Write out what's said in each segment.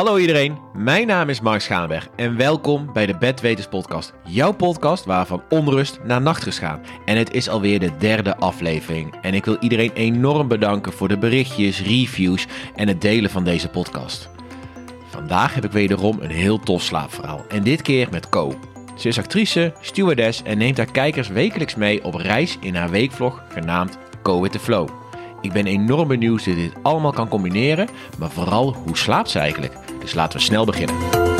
Hallo iedereen, mijn naam is Mark Schaanberg en welkom bij de Bedwetens podcast. Jouw podcast waar van onrust naar nachtrust gaan. En het is alweer de 3e aflevering. En ik wil iedereen enorm bedanken voor de berichtjes, reviews en het delen van deze podcast. Vandaag heb ik wederom een heel tof slaapverhaal. En dit keer met Co. Ze is actrice, stewardess en neemt haar kijkers wekelijks mee op reis in haar weekvlog genaamd Co with the Flow. Ik ben enorm benieuwd hoe dit allemaal kan combineren, maar vooral hoe slaapt ze eigenlijk? Dus laten we snel beginnen.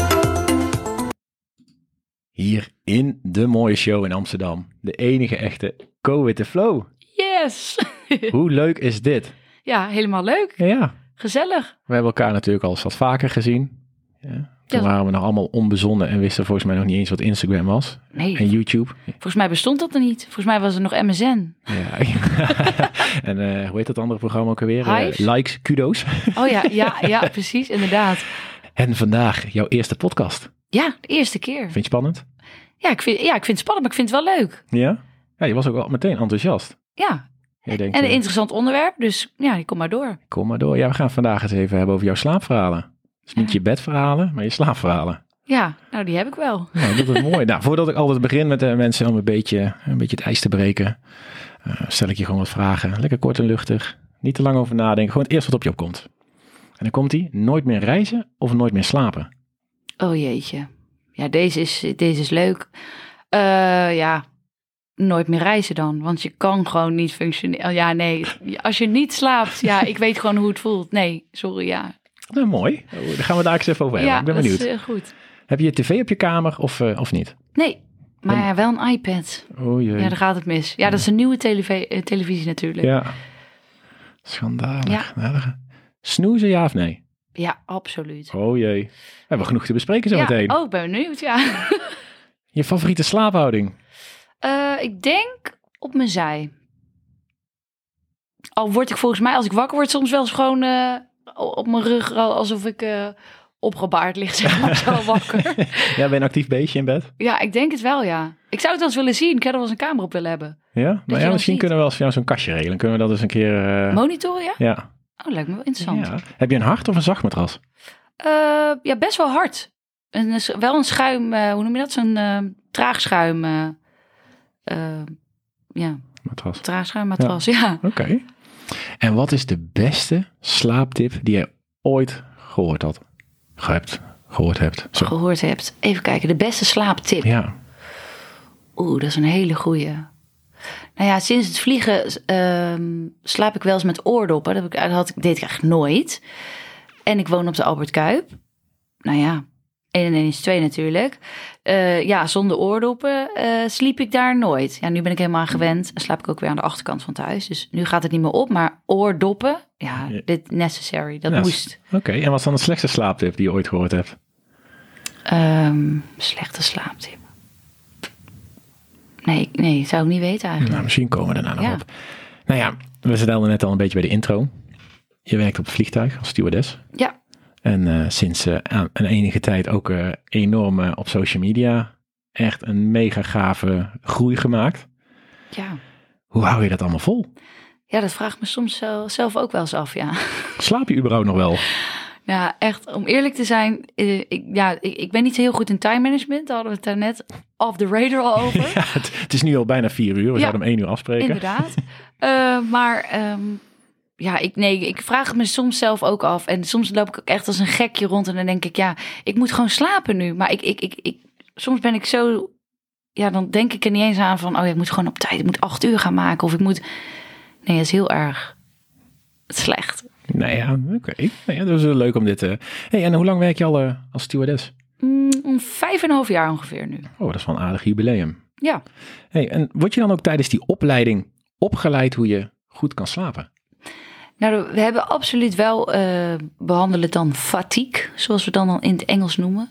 Hier in de mooie show in Amsterdam, de enige echte Co with the Flow. Yes! Hoe leuk is dit? Ja, helemaal leuk. Ja. Gezellig. We hebben elkaar natuurlijk al eens wat vaker gezien. Ja. Toen waren we nog allemaal onbezonnen en wisten volgens mij nog niet eens wat Instagram was. Nee. En YouTube. Volgens mij bestond dat er niet. Volgens mij was er nog MSN. Ja. En hoe heet dat andere programma ook alweer? Hives? Likes, kudos. Oh ja, precies, inderdaad. En vandaag jouw eerste podcast. Ja, de eerste keer. Vind je spannend? Ja, ik vind het spannend, maar ik vind het wel leuk. Ja? Ja, je was ook wel meteen enthousiast. Ja. Je denkt, en een interessant onderwerp, dus ja, kom maar door. Kom maar door. Ja, we gaan vandaag eens even hebben over jouw slaapverhalen. Dus niet je bedverhalen, maar je slaapverhalen. Ja, nou die heb ik wel. Nou, dat is mooi. Nou, voordat ik altijd begin met de mensen om een beetje het ijs te breken, stel ik je gewoon wat vragen. Lekker kort en luchtig. Niet te lang over nadenken. Gewoon het eerste wat op je opkomt. En dan komt die: nooit meer reizen of nooit meer slapen? Oh jeetje. Ja, deze is leuk. Ja, nooit meer reizen dan. Want je kan gewoon niet functioneren. Ja, nee. Als je niet slaapt, ja, ik weet gewoon hoe het voelt. Nee, sorry, ja. Nou, mooi. Dan gaan we daar eens even over hebben. Ik ben benieuwd. Ja, dat is goed. Heb je tv op je kamer of niet? Nee, maar ja, wel een iPad. Oh jee. Ja, dan gaat het mis. Ja, dat is een nieuwe televisie natuurlijk. Ja. Schandalig. Ja. Snoezen, ja of nee? Ja, absoluut. Oh jee. We hebben genoeg te bespreken zo meteen. Oh, ik ben benieuwd, ja. Je favoriete slaaphouding? Ik denk op mijn zij. Al word ik volgens mij, als ik wakker word, soms wel eens gewoon op mijn rug, alsof ik opgebaard lig, zeg maar, zo wakker. Ja, ben je een actief beestje in bed? Ja, ik denk het wel, ja. Ik zou het wel eens willen zien. Ik zou er wel eens een camera op willen hebben. Ja? Maar ja, misschien kunnen we wel eens voor jou zo'n kastje regelen. Kunnen we dat eens een keer... Monitoren, ja? Ja. Oh, lijkt me wel interessant. Ja. Heb je een hard of een zacht matras? Ja, best wel hard. Wel een schuim, hoe noem je dat? Zo'n traagschuim. Ja, Matras. traagschuimmatras, ja. Oké. En wat is de beste slaaptip die je ooit gehoord hebt? Zo. Gehoord hebt. Even kijken, de beste slaaptip. Ja. Oeh, dat is een hele goeie. Nou ja, sinds het vliegen slaap ik wel eens met oordoppen. Dat deed ik echt nooit. En ik woon op de Albert Kuip. Nou ja, 1 en 1 is 2 natuurlijk. Ja, zonder oordoppen sliep ik daar nooit. Ja, nu ben ik helemaal gewend. Dan slaap ik ook weer aan de achterkant van thuis. Dus nu gaat het niet meer op. Maar oordoppen, ja, dit necessary. Dat moest. Oké, en wat is dan de slechtste slaaptip die je ooit gehoord hebt? Slechte slaaptip. Nee, zou ik niet weten eigenlijk. Nou, misschien komen we daarna nog op. Nou ja, we stelden net al een beetje bij de intro. Je werkt op het vliegtuig als stewardess. Ja. En sinds een enige tijd ook enorm op social media echt een mega gave groei gemaakt. Ja. Hoe hou je dat allemaal vol? Ja, dat vraagt me soms zelf ook wel eens af, ja. Slaap je überhaupt nog wel? Ja, echt, om eerlijk te zijn, ik ben niet heel goed in time management. Daar hadden we het daar net off the radar al over. Ja, het is nu al bijna 4 uur. We zouden om 1 uur afspreken. Inderdaad. Ik vraag het me soms zelf ook af. En soms loop ik ook echt als een gekje rond. En dan denk ik, ja, ik moet gewoon slapen nu. Maar soms ben ik zo... Ja, dan denk ik er niet eens aan van... Oh ja, ik moet gewoon op tijd. Ik moet 8 uur gaan maken. Of ik moet... Nee, dat is heel erg slecht. Nou ja, oké. Nou ja, dat is leuk om dit te... Hey, en hoe lang werk je al als stewardess? 5,5 jaar ongeveer nu. Oh, dat is wel een aardig jubileum. Ja. Hey, en word je dan ook tijdens die opleiding opgeleid hoe je goed kan slapen? Nou, we hebben absoluut wel behandelen dan fatigue, zoals we dan in het Engels noemen.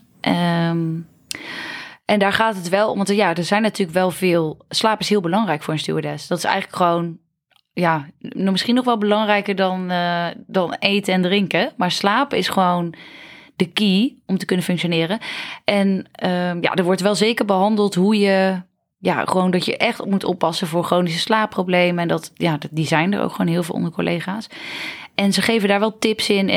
En daar gaat het wel om, want ja, er zijn natuurlijk wel veel... Slaap is heel belangrijk voor een stewardess. Dat is eigenlijk gewoon, ja, misschien nog wel belangrijker dan eten en drinken. Maar slapen is gewoon de key om te kunnen functioneren. En er wordt wel zeker behandeld hoe je... Ja, gewoon dat je echt moet oppassen voor chronische slaapproblemen. En die zijn er ook gewoon heel veel onder collega's. En ze geven daar wel tips in. En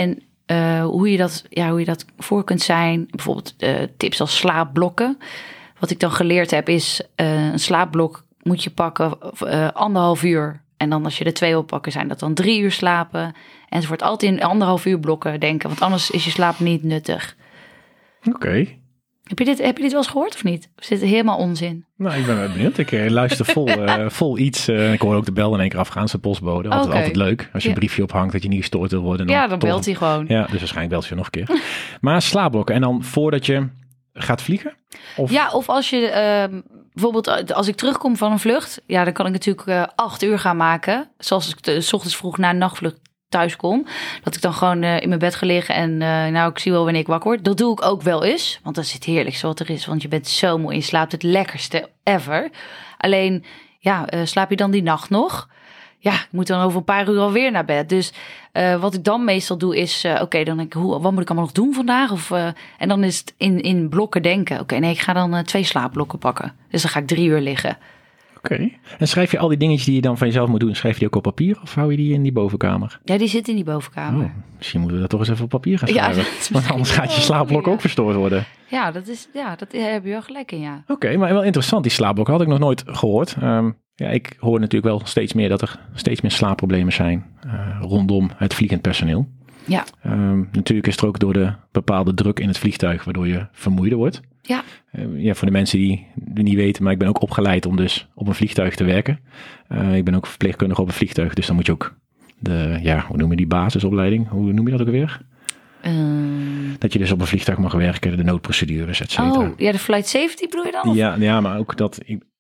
hoe je dat voor kunt zijn. Bijvoorbeeld tips als slaapblokken. Wat ik dan geleerd heb is een slaapblok moet je pakken 1,5 uur. En dan als je er 2 wil pakken zijn dat dan 3 uur slapen. Enzovoort. Altijd in 1,5 uur blokken denken. Want anders is je slaap niet nuttig. Oké. Heb je dit wel eens gehoord of niet? Of is dit helemaal onzin? Nou, ik ben wel benieuwd. Ik luister vol iets. Ik hoor ook de bel in één keer Afghaanse postbode. Altijd leuk. Als je een briefje ophangt dat je niet gestoord wil worden. Dan belt hij gewoon. Ja, dus waarschijnlijk belt hij nog een keer. Maar slaapblokken. En dan voordat je gaat vliegen? Of? Ja, of als je bijvoorbeeld als ik terugkom van een vlucht. Ja, dan kan ik natuurlijk 8 uur gaan maken. Zoals ik 's ochtends vroeg na een nachtvlucht thuis kom. Dat ik dan gewoon in mijn bed ga liggen en ik zie wel wanneer ik wakker word. Dat doe ik ook wel eens. Want dat is het heerlijkste wat er is. Want je bent zo moe en je slaapt het lekkerste ever. Alleen, slaap je dan die nacht nog? Ja, ik moet dan over een paar uur alweer naar bed. Dus wat ik dan meestal doe is, dan denk ik, wat moet ik allemaal nog doen vandaag? En dan is het in blokken denken. Ik ga dan 2 slaapblokken pakken. Dus dan ga ik 3 uur liggen. Oké. En schrijf je al die dingetjes die je dan van jezelf moet doen, schrijf je die ook op papier of hou je die in die bovenkamer? Ja, die zit in die bovenkamer. Misschien moeten we dat toch eens even op papier gaan schrijven. Want anders gaat je slaapblok ook verstoord worden. Ja, dat heb je wel gelijk in, ja. Oké, maar wel interessant. Die slaapblok had ik nog nooit gehoord. Ik hoor natuurlijk wel steeds meer dat er steeds meer slaapproblemen zijn rondom het vliegend personeel. Ja. Natuurlijk is het ook door de bepaalde druk in het vliegtuig, waardoor je vermoeider wordt. Ja. Voor de mensen die niet weten, maar ik ben ook opgeleid om dus op een vliegtuig te werken. Ik ben ook verpleegkundige op een vliegtuig, dus dan moet je ook hoe noem je die basisopleiding? Hoe noem je dat ook alweer? Dat je dus op een vliegtuig mag werken, de noodprocedures, et cetera. Oh, ja, de flight safety bedoel je dan? Of? Ja, maar ook dat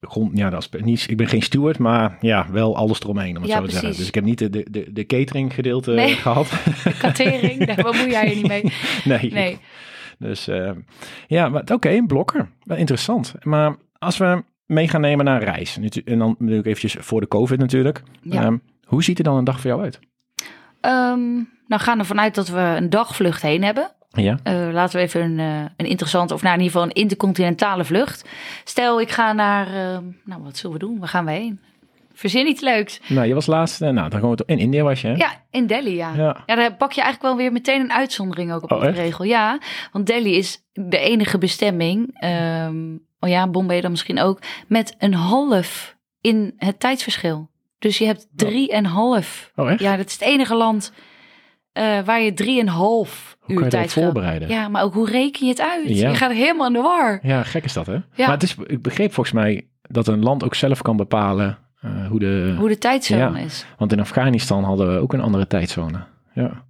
ik ben geen steward, maar wel alles eromheen, om het zo te zeggen. Dus ik heb niet de catering gedeelte gehad. De catering, daar bemoei jij je niet mee. Nee. Dus maar oké, een blokker. Wel interessant. Maar als we mee gaan nemen naar een reis, en dan bedoel ik eventjes voor de COVID natuurlijk. Ja. Hoe ziet er dan een dag voor jou uit? Gaan we vanuit dat we een dagvlucht heen hebben. Ja. Laten we even een interessante, of in ieder geval een intercontinentale vlucht. Stel, ik ga naar, wat zullen we doen? Waar gaan we heen? Verzin iets leuks. Nou, je was laatst, dan gewoon in India was je, hè? Ja, in Delhi, ja. Ja, daar pak je eigenlijk wel weer meteen een uitzondering ook op de regel. Ja, want Delhi is de enige bestemming, Bombay dan misschien ook, met een half in het tijdsverschil. Dus je hebt 3,5. Oh, echt? Ja, dat is het enige land waar je 3,5 uur tijd voorbereiden. Ja, maar ook hoe reken je het uit? Ja. Je gaat helemaal in de war. Ja, gek is dat, hè? Ja. Maar ik begreep volgens mij dat een land ook zelf kan bepalen hoe de tijdzone is. Want in Afghanistan hadden we ook een andere tijdzone. Ja.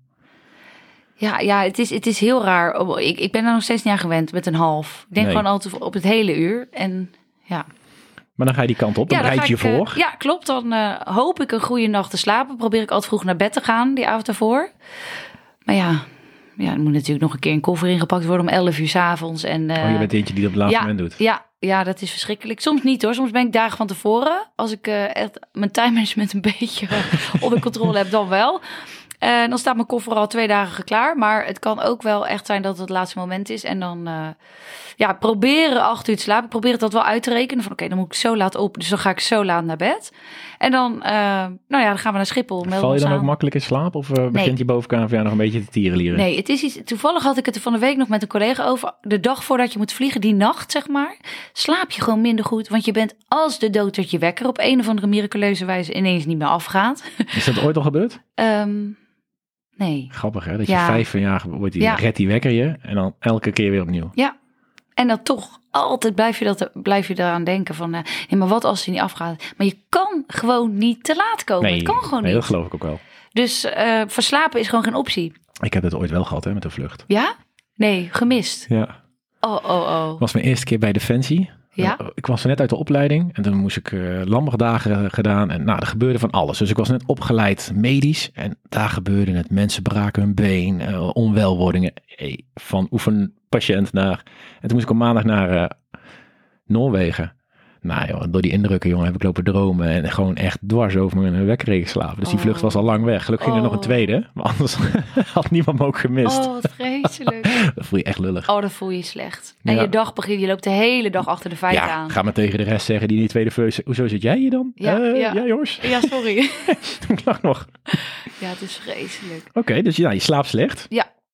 Ja, het is heel raar. Ik ben er nog steeds niet aan gewend met een half. Ik denk gewoon altijd op het hele uur. En ja. Maar dan ga je die kant op, dan bereid je je voor. Ja, klopt. Dan hoop ik een goede nacht te slapen. Probeer ik altijd vroeg naar bed te gaan, die avond daarvoor. Maar ja, er moet natuurlijk nog een keer een koffer ingepakt worden om 11 uur 's avonds. En, je bent eentje die dat op het laatste moment doet. Ja, dat is verschrikkelijk. Soms niet hoor. Soms ben ik dagen van tevoren. Als ik echt mijn time management een beetje onder controle heb, dan wel. Dan staat mijn koffer al 2 dagen klaar. Maar het kan ook wel echt zijn dat het laatste moment is. En dan proberen 8 uur te slapen. Ik probeer het dat wel uit te rekenen. Van oké, dan moet ik zo laat op. Dus dan ga ik zo laat naar bed. En dan, dan gaan we naar Schiphol. Val je dan ook makkelijk in slaap? Of begint je bovenkamer nog een beetje te tierenlieren? Nee, het is iets. Toevallig had ik het er van de week nog met een collega over. De dag voordat je moet vliegen, die nacht zeg maar, slaap je gewoon minder goed. Want je bent als de dood dat je wekker op een of andere miraculeuze wijze ineens niet meer afgaat. Is dat ooit al gebeurd? Nee. Grappig hè, dat je 5 jaar wordt redt die wekker je en dan elke keer weer opnieuw. Ja, en dan toch altijd blijf je daaraan denken van, maar wat als hij niet afgaat? Maar je kan gewoon niet te laat komen. Nee, het kan gewoon niet. Dat geloof ik ook wel. Dus verslapen is gewoon geen optie. Ik heb het ooit wel gehad hè, met een vlucht. Ja? Nee, gemist. Ja. Oh. Het was mijn eerste keer bij Defensie. Ja? Ik was net uit de opleiding en toen moest ik landmachtdagen gedaan en er gebeurde van alles. Dus ik was net opgeleid medisch en daar gebeurde het. Mensen braken hun been, onwelwordingen van oefenpatiënt naar. En toen moest ik op maandag naar Noorwegen. Nou joh, door die indrukken jongen heb ik lopen dromen en gewoon echt dwars over mijn wekker geslapen. Dus die vlucht was al lang weg. Gelukkig ging er nog een tweede, maar anders had niemand me ook gemist. Oh, wat vreselijk. Dat voel je echt lullig. Oh, dat voel je slecht. En je dag begint, je loopt de hele dag achter de feiten aan. Ga maar tegen de rest zeggen die in die tweede vleus. Hoezo zit jij hier dan? Ja jongens. Ja, sorry. Ik lag nog. Ja, het is vreselijk. Oké, dus je slaapt slecht. Ja.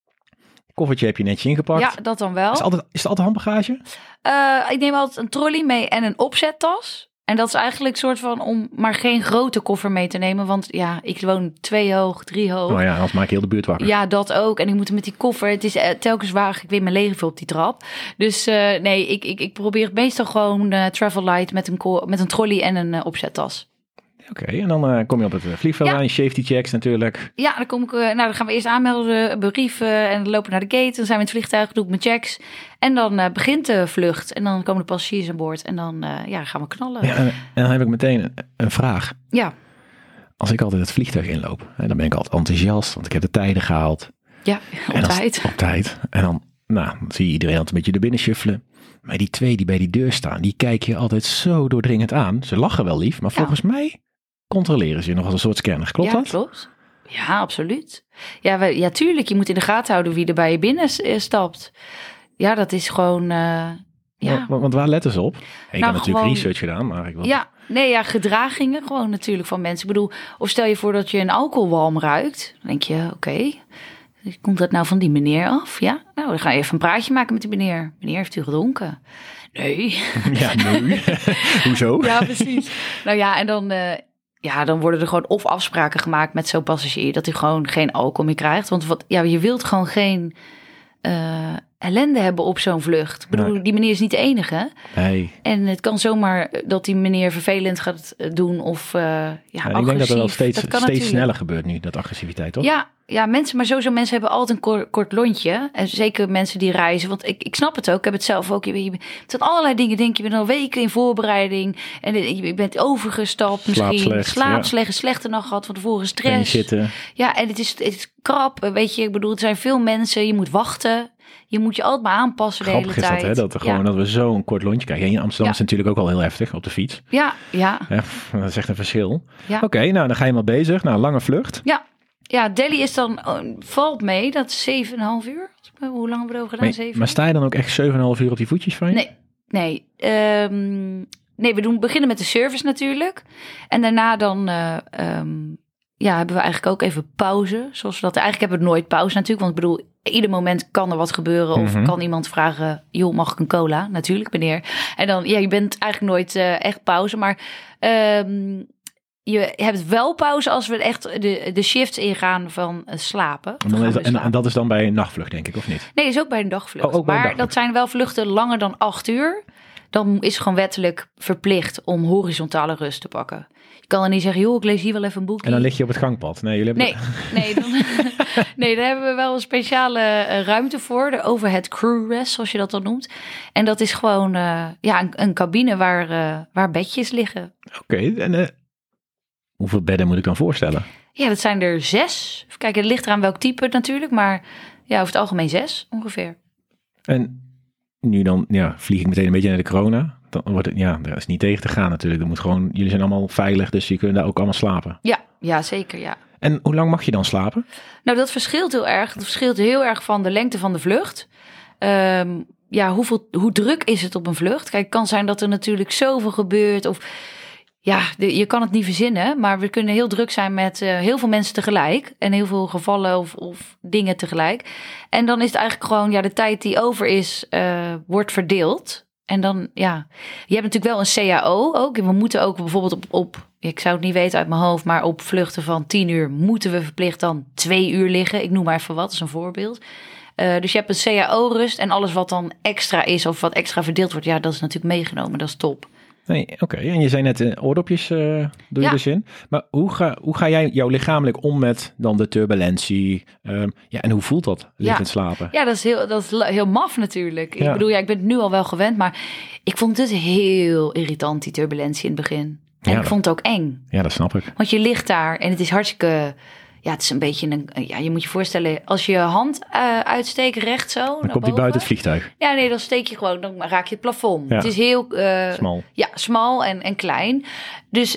Koffertje heb je netjes ingepakt. Ja, dat dan wel. Is het altijd handbagage? Ik neem altijd een trolley mee en een opzettas. En dat is eigenlijk een soort van om maar geen grote koffer mee te nemen. Want ja, ik woon 2 hoog, 3 hoog. Oh ja, anders maak ik heel de buurt wakker. Ja, dat ook. En ik moet met die koffer. Het is telkens waag ik weer mijn legervul op die trap. Dus nee, ik probeer meestal gewoon travel light met een trolley en een opzettas. Oké, en dan kom je op het vliegveld aan, safety checks natuurlijk. Ja, dan kom ik. Dan gaan we eerst aanmelden, brieven en dan lopen we naar de gate. Dan zijn we in het vliegtuig, doe ik mijn checks. En dan begint de vlucht. En dan komen de passagiers aan boord. En dan gaan we knallen. Ja, en dan heb ik meteen een vraag. Ja. Als ik altijd het vliegtuig inloop, dan ben ik altijd enthousiast, want ik heb de tijden gehaald. Ja, op tijd. Op tijd. En dan zie je iedereen altijd een beetje er binnen shuffelen. Maar die 2 die bij die deur staan, die kijk je altijd zo doordringend aan. Ze lachen wel lief, maar volgens mij controleren ze je nog als een soort scanner. Klopt dat? Ja, klopt. Ja, absoluut. Ja, tuurlijk. Je moet in de gaten houden wie er bij je binnen stapt. Ja, dat is gewoon... Want waar letten ze op? Ik heb natuurlijk gewoon research gedaan, maar ik wil... Ja, gedragingen gewoon natuurlijk van mensen. Ik bedoel, of stel je voor dat je een alcoholwalm ruikt. Dan denk je, oké, komt dat nou van die meneer af? Ja, nou, dan ga je even een praatje maken met die meneer. Meneer, heeft u gedronken? Nee. Ja, nee. Hoezo? Ja, precies. Nou ja, en dan worden er gewoon of afspraken gemaakt met zo'n passagier dat hij gewoon geen alcohol meer krijgt. Want je wilt gewoon geen ellende hebben op zo'n vlucht. Ik bedoel, die meneer is niet de enige. Nee. En het kan zomaar dat die meneer vervelend gaat doen of ik denk dat er wel steeds sneller gebeurt nu, dat agressiviteit, toch? Ja, mensen hebben altijd een kort lontje. En zeker mensen die reizen. Want ik snap het ook. Ik heb het zelf ook. Je bent aan allerlei dingen denk je. Je bent al weken in voorbereiding. En je bent overgestapt misschien. Slaap slecht. Een slechte nacht gehad van tevoren. Stress. Ja, en het is krap. Weet je, ik bedoel, er zijn veel mensen. Je moet wachten. Je moet je altijd maar aanpassen de hele tijd. Grappig is dat, hè? Dat we zo'n kort lontje krijgen. Ja, in Amsterdam is het natuurlijk ook al heel heftig op de fiets. Ja. Dat is echt een verschil. Ja. Oké, dan ga je maar bezig. Nou, lange vlucht. Ja, Delhi is dan, valt mee, dat is 7,5 uur. Hoe lang hebben we erover gedaan? Maar sta je dan ook echt 7,5 uur op die voetjes van je? Nee. Nee, we beginnen met de service natuurlijk. En daarna dan hebben we eigenlijk ook even pauze. Zoals we dat, eigenlijk hebben we nooit pauze natuurlijk. Want ik bedoel, ieder moment kan er wat gebeuren. Of kan iemand vragen, joh, mag ik een cola? Natuurlijk, meneer. En dan, je bent eigenlijk nooit echt pauze. Maar je hebt wel pauze als we echt de shifts ingaan van slapen. En dat is dan bij een nachtvlucht, denk ik, of niet? Nee, dat is ook bij een dagvlucht. Dat zijn wel vluchten langer dan 8 uur. Dan is het gewoon wettelijk verplicht om horizontale rust te pakken. Je kan dan niet zeggen, joh, ik lees hier wel even een boekje. En dan lig je op het gangpad. Nee, daar hebben we wel een speciale ruimte voor. De overhead crew rest, zoals je dat dan noemt. En dat is gewoon een cabine waar bedjes liggen. Oké, en hoeveel bedden moet ik dan voorstellen? Ja, dat zijn er 6. Even kijken, het ligt eraan welk type natuurlijk. Maar ja, over het algemeen 6 ongeveer. En nu dan vlieg ik meteen een beetje naar de corona. Dan wordt het, daar is niet tegen te gaan natuurlijk. Jullie zijn allemaal veilig, dus je kunt daar ook allemaal slapen. Ja, zeker, ja. En hoe lang mag je dan slapen? Nou, dat verschilt heel erg. Dat verschilt heel erg van de lengte van de vlucht. Hoe druk is het op een vlucht? Kijk, het kan zijn dat er natuurlijk zoveel gebeurt of... Ja, je kan het niet verzinnen, maar we kunnen heel druk zijn met heel veel mensen tegelijk. En heel veel gevallen of dingen tegelijk. En dan is het eigenlijk gewoon, de tijd die over is, wordt verdeeld. En dan, je hebt natuurlijk wel een CAO ook. We moeten ook bijvoorbeeld op, ik zou het niet weten uit mijn hoofd, maar op vluchten van 10 uur moeten we verplicht dan 2 uur liggen. Ik noem maar even wat, dat is een voorbeeld. Dus je hebt een CAO-rust en alles wat dan extra is of wat extra verdeeld wordt, dat is natuurlijk meegenomen, dat is top. Nee, oké. En je zei net oordopjes doe je dus in. Maar hoe ga jij jou lichamelijk om met dan de turbulentie? En hoe voelt dat liggend slapen? Ja, dat is heel maf natuurlijk. Ja. Ik bedoel, ik ben het nu al wel gewend, maar ik vond het heel irritant, die turbulentie in het begin. En ik vond het ook eng. Ja, dat snap ik. Want je ligt daar en het is hartstikke... Ja, het is een beetje je moet je voorstellen, als je hand uitsteekt recht zo. Dan komt die buiten het vliegtuig. Ja, nee, dan steek je gewoon, dan raak je het plafond. Ja. Het is heel smal. Ja, smal en klein. Dus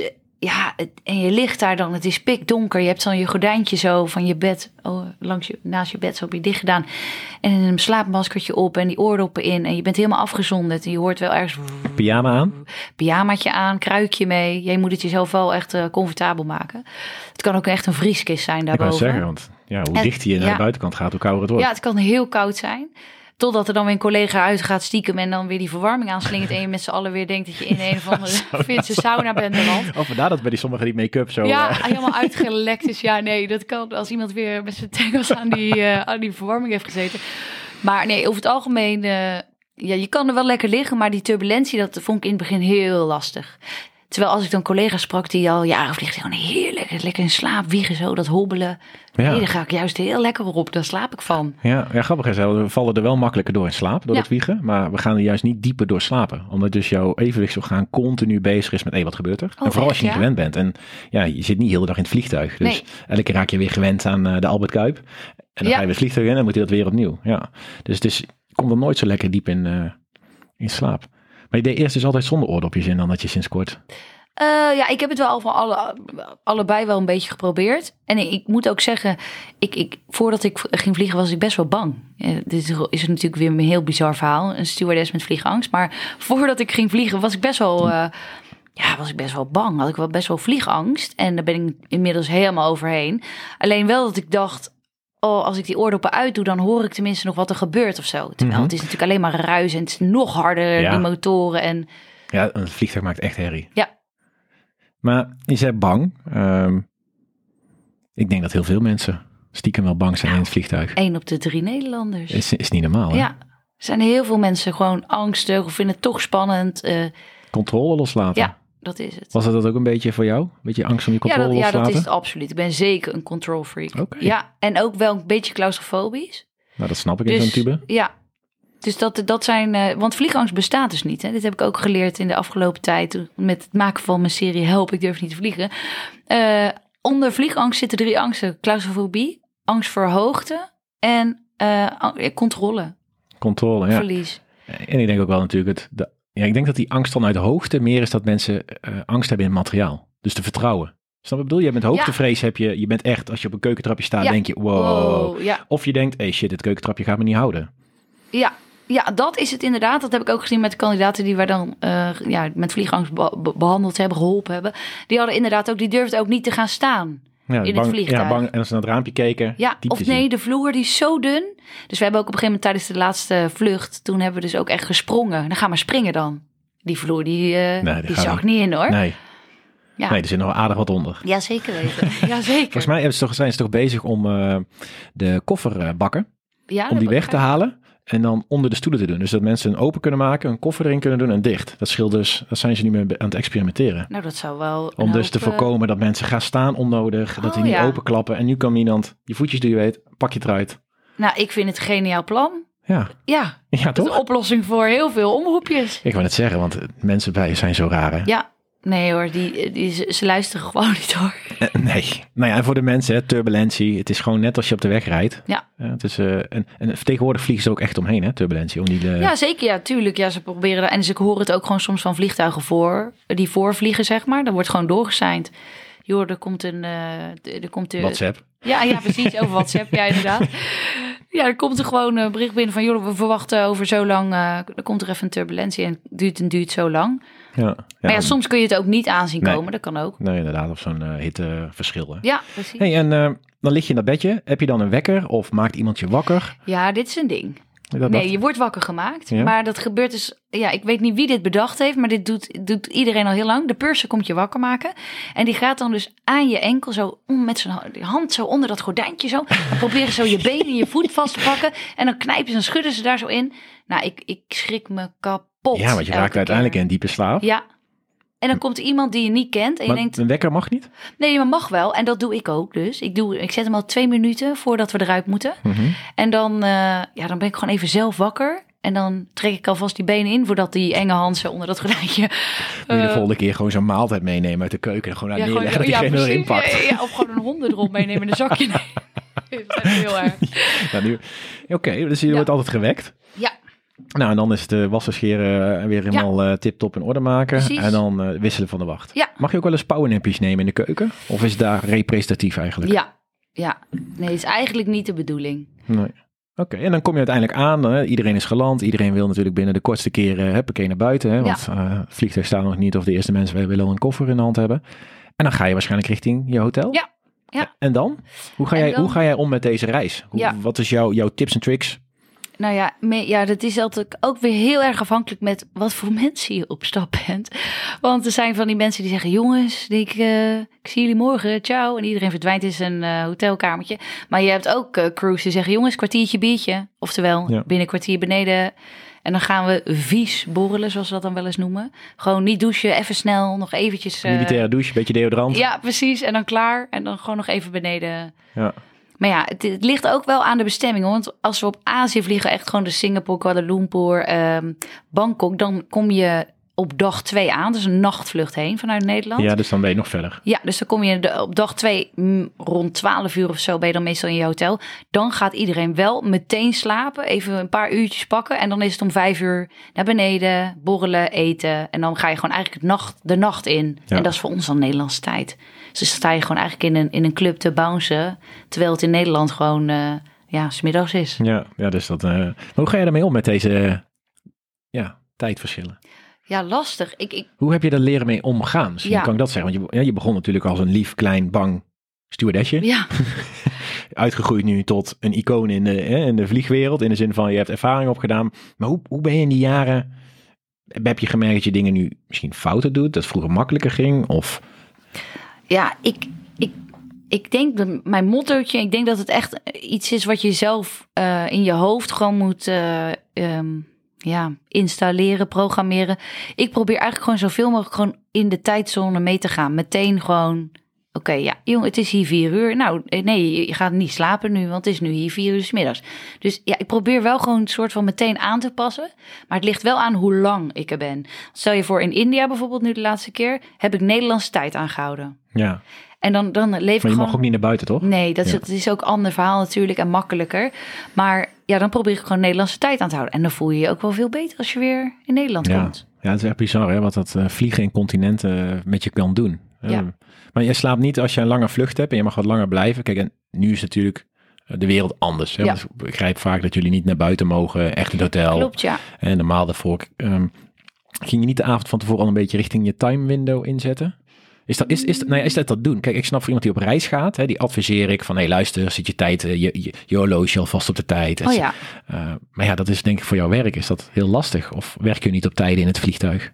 en je ligt daar dan, het is pikdonker. Je hebt dan je gordijntje zo van je bed, naast je bed zo heb je dicht gedaan. En een slaapmaskertje op en die oordoppen in. En je bent helemaal afgezonderd en je hoort wel ergens... Pyjama aan? Pyjamaatje aan, kruikje mee. Jij moet het jezelf wel echt comfortabel maken. Het kan ook echt een vrieskist zijn daarboven. Ik wou zeggen, want hoe dichter je naar de buitenkant gaat, hoe kouder het wordt. Ja, het kan heel koud zijn. Totdat er dan weer een collega uit gaat stiekem en dan weer die verwarming aanslingert en je met z'n allen weer denkt dat je in een of andere Finse sauna bent beland. Of vandaar dat bij die sommigen die make-up zo... Ja, helemaal uitgelekt is. Ja, nee, dat kan als iemand weer met zijn tengels aan die verwarming heeft gezeten. Maar nee, over het algemeen, je kan er wel lekker liggen, maar die turbulentie, dat vond ik in het begin heel lastig. Terwijl als ik dan collega's sprak die al jaren vliegen, gewoon heerlijk, lekker in slaap wiegen zo, dat hobbelen. Ja. Nee, daar ga ik juist heel lekker op, daar slaap ik van. Ja, grappig is, we vallen er wel makkelijker door in slaap, door het wiegen. Maar we gaan er juist niet dieper door slapen. Omdat dus jouw evenwichtsorgaan continu bezig is met, wat gebeurt er? En vooral als je niet gewend bent. En je zit niet heel de dag in het vliegtuig. Dus elke keer raak je weer gewend aan de Albert Kuip. En dan ga je weer het vliegtuig in en dan moet je dat weer opnieuw. Ja. Dus het komt er nooit zo lekker diep in slaap. Maar je deed eerst dus altijd zonder oordopjes in dan dat je sinds kort... Ik heb het wel van allebei wel een beetje geprobeerd. En ik moet ook zeggen, voordat ik ging vliegen was ik best wel bang. Dit is natuurlijk weer een heel bizar verhaal. Een stewardess met vliegangst. Maar voordat ik ging vliegen was ik best wel... was ik best wel bang. Had ik wel best wel vliegangst. En daar ben ik inmiddels helemaal overheen. Alleen wel dat ik dacht... als ik die oordoppen uitdoe, dan hoor ik tenminste nog wat er gebeurt of zo. Terwijl het is natuurlijk alleen maar ruis en het is nog harder, die motoren. En... Ja, een vliegtuig maakt echt herrie. Ja. Maar je zei bang. Ik denk dat heel veel mensen stiekem wel bang zijn in het vliegtuig. 1 op de 3 Nederlanders. Is niet normaal, hè? Ja, er zijn heel veel mensen gewoon angstig of vinden het toch spannend. Controle loslaten. Ja, dat is het. Was dat ook een beetje voor jou? Een beetje angst om je controle loslaten? Ja, dat is het absoluut. Ik ben zeker een control freak. Okay. Ja, en ook wel een beetje claustrofobisch. Nou, dat snap ik in zo'n tube. Ja, dus dat zijn... want vliegangst bestaat dus niet. Hè? Dit heb ik ook geleerd in de afgelopen tijd. Met het maken van mijn serie Help, ik durf niet te vliegen. Onder vliegangst zitten 3 angsten. Claustrofobie, angst voor hoogte en controle. Controle, ja. Verlies. En ik denk ook wel natuurlijk... ik denk dat die angst dan uit de hoogte meer is dat mensen angst hebben in materiaal. Dus te vertrouwen. Snap je wat ik bedoel? Je hebt met hoogtevrees je bent echt, als je op een keukentrapje staat, denk je, wow. Ja. Of je denkt, dit keukentrapje gaat me niet houden. Ja, dat is het inderdaad. Dat heb ik ook gezien met de kandidaten die wij dan met vliegangst behandeld hebben, geholpen hebben. Die hadden inderdaad ook, die durfden ook niet te gaan staan in het vliegtuig. Ja, bang. En als ze naar het raampje keken. Ja, of nee, de vloer die is zo dun. Dus we hebben ook op een gegeven moment tijdens de laatste vlucht, toen hebben we dus ook echt gesprongen. Dan ga maar springen dan. Die vloer, die zag niet in hoor. Nee. Ja. Nee, er zit nog aardig wat onder. Ja, zeker weten. Ja, zeker. Volgens mij zijn ze toch bezig om de kofferbakken, om die weg te halen. En dan onder de stoelen te doen. Dus dat mensen een open kunnen maken, een koffer erin kunnen doen en dicht. Dat scheelt dus, dat zijn ze nu mee aan het experimenteren. Nou, dat zou wel... Om dus te voorkomen dat mensen gaan staan onnodig, dat die niet openklappen. En nu kan iemand je voetjes doen, je weet, pak je het eruit. Nou, ik vind het een geniaal plan. Ja, toch? Dat is een oplossing voor heel veel omroepjes. Ik wou net zeggen, want mensen bij zijn zo raar, hè? Ja. Nee hoor, ze luisteren gewoon niet hoor. Nee. Nou ja, en voor de mensen, turbulentie. Het is gewoon net als je op de weg rijdt. Ja. Het is, en tegenwoordig vliegen ze ook echt omheen, hè, turbulentie. Om die Ja, zeker. Ja, tuurlijk. Ja, ze proberen dat. En ze horen het ook gewoon soms van vliegtuigen die voorvliegen, zeg maar. Dan wordt gewoon doorgeseind. Joh, er komt een... WhatsApp. Ja, precies. Over WhatsApp, ja, inderdaad. Ja, er komt er gewoon een bericht binnen van... joh, we verwachten over zo lang... er komt er even een turbulentie en het duurt zo lang. Ja, maar soms kun je het ook niet aanzien komen. Dat kan ook. Nee, inderdaad. Of zo'n hitteverschil. Hè? Ja, precies. Hey, en dan lig je in dat bedje. Heb je dan een wekker of maakt iemand je wakker? Ja, dit is een ding. Je wordt wakker gemaakt. Ja? Maar dat gebeurt dus... Ja, ik weet niet wie dit bedacht heeft, maar dit doet iedereen al heel lang. De purser komt je wakker maken. En die gaat dan dus aan je enkel zo met zijn hand zo onder dat gordijntje zo. Dan proberen zo je benen en je voet vast te pakken. En dan knijpen ze en schudden ze daar zo in. Nou, ik schrik me kapot. Ja, want je raakt uiteindelijk in diepe slaap. Ja. En dan komt er iemand die je niet kent. En maar je denkt, een wekker mag niet? Nee, maar mag wel. En dat doe ik ook dus. Ik zet hem al 2 minuten voordat we eruit moeten. Mm-hmm. En dan ben ik gewoon even zelf wakker. En dan trek ik alvast die benen in voordat die enge Hansen onder dat gordijntje... Moet je de volgende keer gewoon zo'n maaltijd meenemen uit de keuken en gewoon neerleggen dat diegene erin pakt. Ja, of gewoon een hondendrop meenemen in een zakje. Nee, dat is heel erg. Oké, dus je wordt altijd gewekt. Ja. Nou, en dan is het wassen, scheren weer helemaal tip-top in orde maken. Precies. En dan wisselen van de wacht. Ja. Mag je ook wel eens powernapjes nemen in de keuken? Of is het daar representatief eigenlijk? Ja. Nee, het is eigenlijk niet de bedoeling. Nee. Oké, en dan kom je uiteindelijk aan. Hè? Iedereen is geland. Iedereen wil natuurlijk binnen de kortste keren naar buiten. Hè? Want het vliegtuig staat nog niet of de eerste mensen willen al een koffer in de hand hebben. En dan ga je waarschijnlijk richting je hotel. Ja. En dan? Hoe ga jij om met deze reis? Wat is jouw tips en tricks? Nou ja, dat is altijd ook weer heel erg afhankelijk met wat voor mensen je op stap bent. Want er zijn van die mensen die zeggen, jongens, ik zie jullie morgen, ciao. En iedereen verdwijnt in zijn hotelkamertje. Maar je hebt ook crews die zeggen, jongens, kwartiertje biertje. Oftewel, binnen een kwartier beneden. En dan gaan we vies borrelen, zoals we dat dan wel eens noemen. Gewoon niet douchen, even snel, nog eventjes... Militaire douche, beetje deodorant. Ja, precies. En dan klaar. En dan gewoon nog even beneden... Ja. Maar ja, het ligt ook wel aan de bestemming. Want als we op Azië vliegen, echt gewoon de Singapore, Kuala Lumpur, Bangkok, dan kom je op dag 2 aan. Dus een nachtvlucht heen vanuit Nederland. Ja, dus dan ben je nog verder. Ja, dus dan kom je op dag 2 rond 12 uur of zo ben je dan meestal in je hotel. Dan gaat iedereen wel meteen slapen, even een paar uurtjes pakken. En dan is het om 5 uur naar beneden, borrelen, eten. En dan ga je gewoon eigenlijk de nacht in. Ja. En dat is voor ons dan Nederlandse tijd. Dus dan sta je gewoon eigenlijk in een club te bouncen, terwijl het in Nederland gewoon 's middags is. Ja, dus dat... Maar hoe ga je daarmee om met deze tijdverschillen? Ja, lastig. Hoe heb je daar leren mee omgaan? Misschien kan ik dat zeggen. Want je begon natuurlijk als een lief, klein, bang stewardessje. Ja. Uitgegroeid nu tot een icoon in de vliegwereld. In de zin van, je hebt ervaring opgedaan. Maar hoe ben je in die jaren... Heb je gemerkt dat je dingen nu misschien fouten doet? Dat het vroeger makkelijker ging? Of... Ja, ik denk dat mijn mottootje... Ik denk dat het echt iets is wat je zelf in je hoofd gewoon moet... installeren, programmeren. Ik probeer eigenlijk gewoon zoveel mogelijk gewoon in de tijdzone mee te gaan. Meteen gewoon, jongen, het is hier 4 uur. Nou, nee, je gaat niet slapen nu, want het is nu hier 4 uur 's middags. Dus ja, ik probeer wel gewoon een soort van meteen aan te passen. Maar het ligt wel aan hoe lang ik er ben. Stel je voor, in India bijvoorbeeld nu de laatste keer, heb ik Nederlandse tijd aangehouden. Ja. En dan leef ik Maar je mag ook niet naar buiten, toch? Nee, dat is ook een ander verhaal natuurlijk en makkelijker. Maar ja, dan probeer ik gewoon Nederlandse tijd aan te houden. En dan voel je je ook wel veel beter als je weer in Nederland komt. Ja, het is echt bizar hè, wat dat vliegen in continenten met je kan doen. Ja. Maar je slaapt niet als je een lange vlucht hebt en je mag wat langer blijven. Kijk, en nu is natuurlijk de wereld anders. Hè? Ja. Want ik begrijp vaak dat jullie niet naar buiten mogen, echt in het hotel. Klopt, ja. En normaal daarvoor ging je niet de avond van tevoren al een beetje richting je time window inzetten? Is dat doen? Kijk, ik snap voor iemand die op reis gaat, hè, die adviseer ik van, luister, zit je tijd, je horloge al vast op de tijd. Oh ja. Maar ja, dat is denk ik voor jouw werk, is dat heel lastig? Of werk je niet op tijden in het vliegtuig?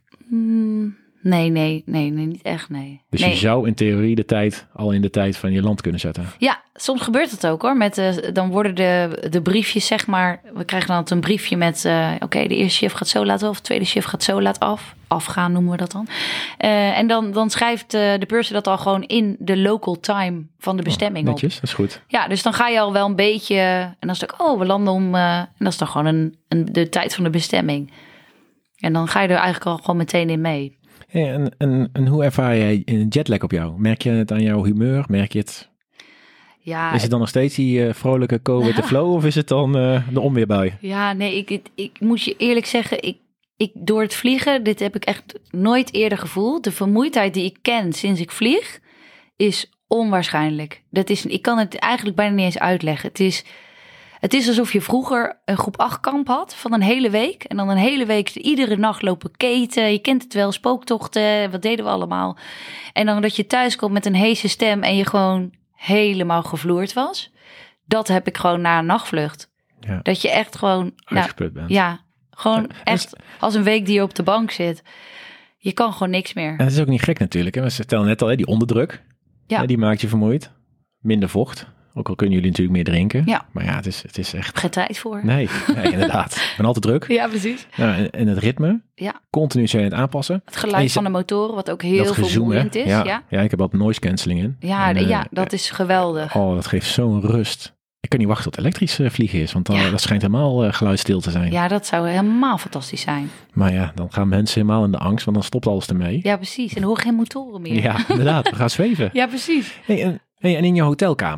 Nee, niet echt, nee. Dus je zou in theorie de tijd al in de tijd van je land kunnen zetten? Ja, soms gebeurt dat ook hoor. Dan worden de briefjes, zeg maar, we krijgen dan een briefje met, de eerste shift gaat zo laat af, de tweede shift gaat zo laat af. Afgaan noemen we dat dan. En dan schrijft de purser dat al gewoon in de local time van de bestemming netjes, op. Dat is goed. Ja, dus dan ga je al wel een beetje, en dan is het ook, we landen om, en dat is dan gewoon de tijd van de bestemming. En dan ga je er eigenlijk al gewoon meteen in mee. Ja, en hoe ervaar jij een jetlag op jou? Merk je het aan jouw humeur? Merk je het? Ja, is het dan nog steeds die vrolijke go with the flow of is het dan de onweerbui? Ja, nee, ik moet je eerlijk zeggen, door het vliegen, dit heb ik echt nooit eerder gevoeld. De vermoeidheid die ik ken sinds ik vlieg is onwaarschijnlijk. Ik kan het eigenlijk bijna niet eens uitleggen. Het is alsof je vroeger een groep 8 kamp had van een hele week. En dan een hele week iedere nacht lopen keten. Je kent het wel, spooktochten, wat deden we allemaal. En dan dat je thuis komt met een heese stem en je gewoon helemaal gevloerd was. Dat heb ik gewoon na een nachtvlucht. Ja. Dat je echt gewoon... uitgeput bent. Ja, gewoon echt als een week die je op de bank zit. Je kan gewoon niks meer. En het is ook niet gek natuurlijk. Hè? We vertelden net al, die onderdruk. Ja. Die maakt je vermoeid. Minder vocht. Ook al kunnen jullie natuurlijk meer drinken. Ja. Maar ja, het is echt... Geen tijd voor. Nee, inderdaad. Ik ben altijd druk. Ja, precies. Nou, en het ritme. Ja. Continu zijn het aanpassen. Het geluid van de motoren, wat ook heel vermoeiend is. Ja, ik heb altijd noise cancelling in. Ja, dat is geweldig. Oh, dat geeft zo'n rust. Ik kan niet wachten tot elektrisch vliegen is, want dat schijnt helemaal geluidsstil te zijn. Ja, dat zou helemaal fantastisch zijn. Maar ja, dan gaan mensen helemaal in de angst, want dan stopt alles ermee. Ja, precies. En hoor geen motoren meer. Ja, inderdaad. We gaan zweven. Ja, precies. Hey, en in je hotelkamer,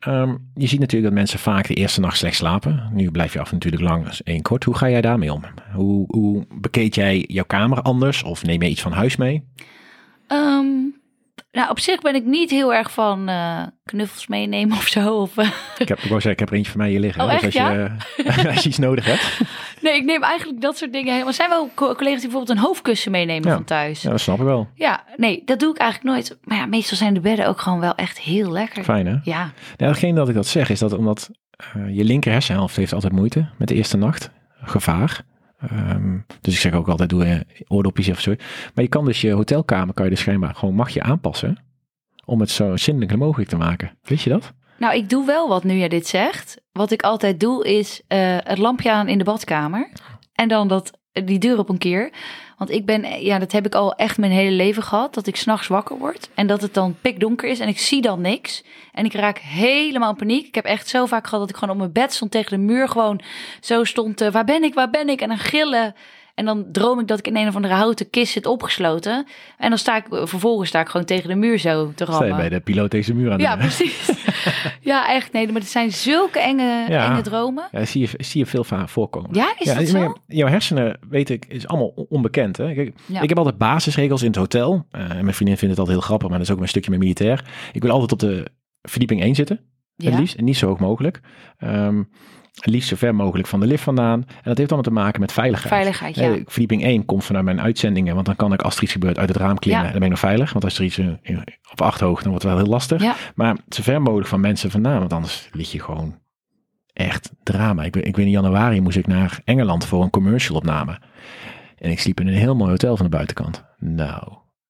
Je ziet natuurlijk dat mensen vaak de eerste nacht slecht slapen. Nu blijf je af natuurlijk lang als één kort. Hoe ga jij daarmee om? Hoe bekeek jij jouw kamer anders? Of neem je iets van huis mee? Nou, op zich ben ik niet heel erg van knuffels meenemen of zo. Of, Ik wou zeggen, ik heb er eentje van mij hier liggen. Oh, dus echt, als je iets nodig hebt. Nee, ik neem eigenlijk dat soort dingen helemaal. Er zijn wel collega's die bijvoorbeeld een hoofdkussen meenemen van thuis. Ja, dat snap ik wel. Ja, nee, dat doe ik eigenlijk nooit. Maar ja, meestal zijn de bedden ook gewoon wel echt heel lekker. Fijn, hè? Ja. Nou, hetgeen dat ik dat zeg, is dat omdat je linker hersenhelft heeft altijd moeite met de eerste nacht. Gevaar. Dus ik zeg ook altijd, doe oordopjes of zo. Maar je kan dus je hotelkamer, kan je dus schijnbaar gewoon mag je aanpassen. Om het zo zindelijk mogelijk te maken. Weet je dat? Nou, ik doe wel wat nu jij dit zegt. Wat ik altijd doe is het lampje aan in de badkamer. En dan die deur op een keer. Want dat heb ik al echt mijn hele leven gehad. Dat ik 's nachts wakker word. En dat het dan pikdonker is. En ik zie dan niks. En ik raak helemaal in paniek. Ik heb echt zo vaak gehad dat ik gewoon op mijn bed stond tegen de muur. Gewoon zo stond, waar ben ik? En dan gillen. En dan droom ik dat ik in een of andere houten kist zit opgesloten. En dan vervolgens sta ik gewoon tegen de muur zo te rammen. Sta je bij de piloot tegen zijn muur aan. Ja, precies. Ja, echt. Nee, maar het zijn zulke enge dromen. Ja, zie je veel vaak voorkomen. Ja, is dat zo? Jouw hersenen, weet ik, is allemaal onbekend. Hè? Kijk, ik heb altijd basisregels in het hotel. En mijn vriendin vindt het altijd heel grappig, maar dat is ook een stukje meer militair. Ik wil altijd op de verdieping 1 zitten. Het liefst. En niet zo hoog mogelijk. Het liefst zo ver mogelijk van de lift vandaan. En dat heeft allemaal te maken met veiligheid. Ja. Verdieping 1 komt vanuit mijn uitzendingen. Want dan kan ik, als er iets gebeurt, uit het raam klimmen. En dan ben ik nog veilig. Want als er iets op 8 hoog, dan wordt het wel heel lastig. Ja. Maar zo ver mogelijk van mensen vandaan. Want anders lig je gewoon echt drama. Ik weet in januari moest ik naar Engeland voor een commercial opname. En ik sliep in een heel mooi hotel van de buitenkant. Nou,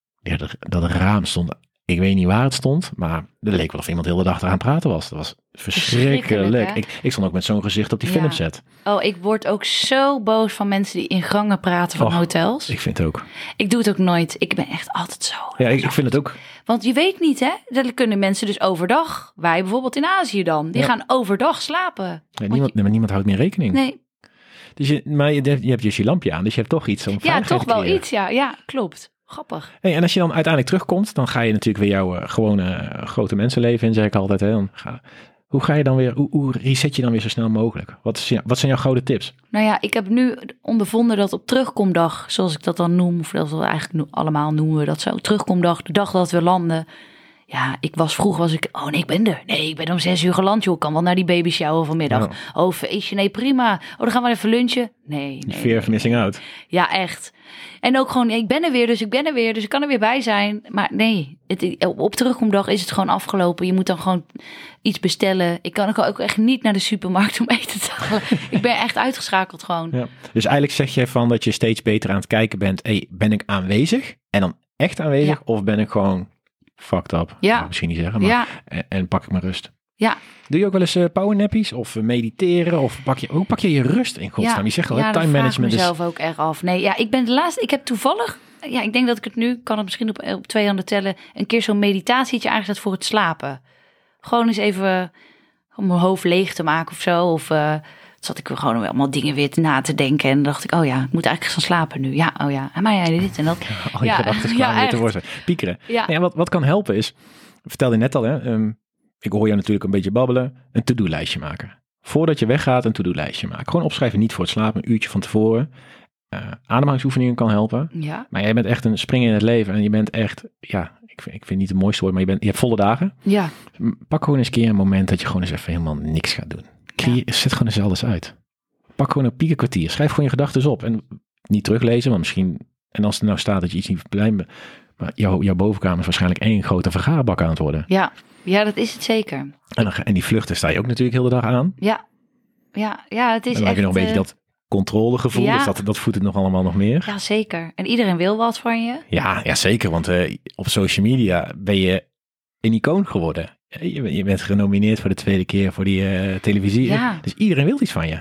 dat raam stond... Ik weet niet waar het stond, maar het leek wel of iemand de hele dag eraan praten was. Dat was verschrikkelijk. Ik stond ook met zo'n gezicht op die Philips set. Oh, ik word ook zo boos van mensen die in gangen praten van hotels. Ik vind het ook. Ik doe het ook nooit. Ik ben echt altijd zo. Ja, ik vind het ook. Want je weet niet, hè? Dat kunnen mensen dus overdag. Wij bijvoorbeeld in Azië dan. Die gaan overdag slapen. Ja, niemand houdt meer rekening. Nee. Dus maar je hebt dus je lampje aan, dus je hebt toch iets om veiligheid te creëren. Ja, toch wel iets, ja, klopt. Grappig. Hey, en als je dan uiteindelijk terugkomt, dan ga je natuurlijk weer jouw gewone grote mensenleven in, zeg ik altijd. Hè? Hoe ga je dan weer, hoe reset je dan weer zo snel mogelijk? Wat zijn jouw gouden tips? Nou ja, ik heb nu ondervonden dat op terugkomdag, zoals ik dat dan noem, of dat we eigenlijk allemaal noemen we dat zo, terugkomdag, de dag dat we landen. Ja, vroeg was ik, oh nee, ik ben er. Nee, ik ben om 6 uur geland, joh. Ik kan wel naar die baby shower vanmiddag. Ja. Oh, feestje, nee, prima. Oh, dan gaan we even lunchen. Nee. Fear of missing out. Ja, echt. En ook gewoon, ik ben er weer, dus ik kan er weer bij zijn. Maar nee, op terugkomdag is het gewoon afgelopen. Je moet dan gewoon iets bestellen. Ik kan ook echt niet naar de supermarkt om eten te halen. Ik ben echt uitgeschakeld gewoon. Ja. Dus eigenlijk zeg je van dat je steeds beter aan het kijken bent. Hey, ben ik aanwezig? En dan echt aanwezig? Ja. Of ben ik gewoon fucked up? Ja. Mag ik misschien niet zeggen, maar en pak ik mijn rust? Ja. Doe je ook wel eens powernappies of mediteren? Of hoe pak je je rust in godsnaam? Je zegt al, time management is... mezelf ook erg af. Nee, ja, ik heb toevallig... Ja, ik denk dat ik het nu, kan het misschien op 2 handen tellen... een keer zo'n meditatietje aangezet voor het slapen. Gewoon eens even om mijn hoofd leeg te maken of zo. Of zat ik gewoon weer allemaal dingen weer na te denken. En dan dacht ik, oh ja, ik moet eigenlijk gaan slapen nu. Ja, oh ja, maar ja, dit en dat. Al je gedachten kwamen weer te worden. Piekeren. Ja. Ja, wat kan helpen is, vertelde je net al, hè... ik hoor je natuurlijk een beetje babbelen. Een to-do-lijstje maken. Voordat je weggaat, een to-do-lijstje maken. Gewoon opschrijven, niet voor het slapen, een uurtje van tevoren. Ademhalingsoefeningen kan helpen. Ja. Maar jij bent echt een springer in het leven. En je bent echt, ja, ik vind het niet het mooiste woord, maar je hebt volle dagen. Ja. Pak gewoon eens een keer een moment dat je gewoon eens even helemaal niks gaat doen. Zet gewoon eens alles uit. Pak gewoon een piekenkwartier. Schrijf gewoon je gedachten op. En niet teruglezen, want misschien... En als er nou staat dat je iets niet blij bent... Maar jouw bovenkamer is waarschijnlijk 1 grote vergaarbak aan het worden. Ja, dat is het zeker. En die vluchten sta je ook natuurlijk heel de dag aan. Ja, het is echt... Dan heb je nog een beetje dat controlegevoel, dus dat voedt het nog allemaal nog meer. Ja, zeker. En iedereen wil wat van je. Ja zeker, want op social media ben je een icoon geworden. Je bent genomineerd voor de 2e keer voor die televisie. Ja. Dus iedereen wil iets van je.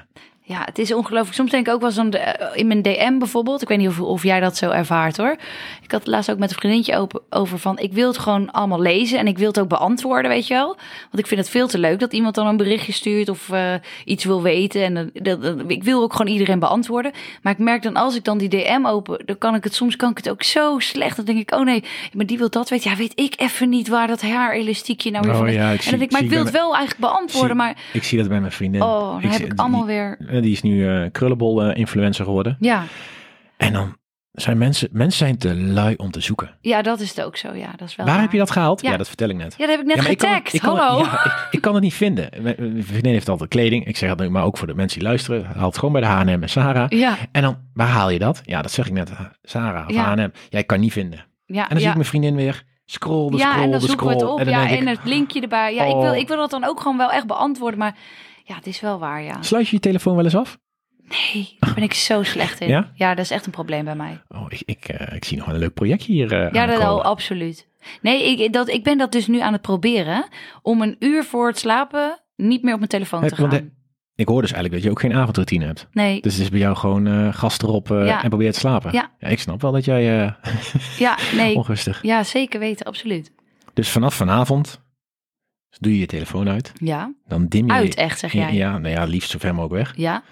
Ja, het is ongelooflijk. Soms denk ik ook wel eens in mijn DM bijvoorbeeld. Ik weet niet of jij dat zo ervaart hoor. Ik had het laatst ook met een vriendinnetje over van... ik wil het gewoon allemaal lezen en ik wil het ook beantwoorden, weet je wel. Want ik vind het veel te leuk dat iemand dan een berichtje stuurt of iets wil weten. En ik wil ook gewoon iedereen beantwoorden. Maar ik merk dan als ik dan die DM open, dan kan ik het ook zo slecht. Dan denk ik, oh nee, maar die wil dat weten. Ja, weet ik even niet waar dat haarelastiekje nou weer van is. Ja, en dan denk ik, maar ik wil het wel eigenlijk beantwoorden. Maar ik zie dat bij mijn vriendin. Oh, dan heb ik allemaal weer... Die is nu krullenbol-influencer geworden. Ja. En dan zijn mensen zijn te lui om te zoeken. Ja, dat is het ook zo. Ja, dat is wel waar waar. heb je dat gehaald? Ja. Ja, dat vertel ik net. Ja, dat heb ik net getagd. Hallo. Ik kan het niet vinden. Mijn vriendin heeft altijd kleding. Ik zeg het nu, maar ook voor de mensen die luisteren. Haal het gewoon bij de H&M en Zara. Ja. En dan, waar haal je dat? Ja, dat zeg ik net. Zara of H&M. Ja, ik kan niet vinden. Ja, en dan zie ik mijn vriendin weer... Scroll. En dan zoeken we het op. En, dan en het linkje erbij. Ja, oh. ik wil dat dan ook gewoon wel echt beantwoorden. Maar ja, het is wel waar, ja. Sluit je je telefoon wel eens af? Nee, daar ben ik zo slecht in. Ja? Ja, dat is echt een probleem bij mij. Oh, ik zie nog wel een leuk projectje hier Ja, dat absoluut. Nee, ik ben dat dus nu aan het proberen. Om een uur voor het slapen niet meer op mijn telefoon te gaan. Ik hoor dus eigenlijk dat je ook geen avondroutine hebt. Nee. Dus het is bij jou gewoon gas erop en probeer te slapen. Ja. Ja, ik snap wel dat jij onrustig. Ja, zeker weten, absoluut. Dus vanaf vanavond doe je je telefoon uit. Ja. Dan dim je... Uit echt, zeg jij? Ja, nou ja, liefst zo ver mogelijk weg. Ja.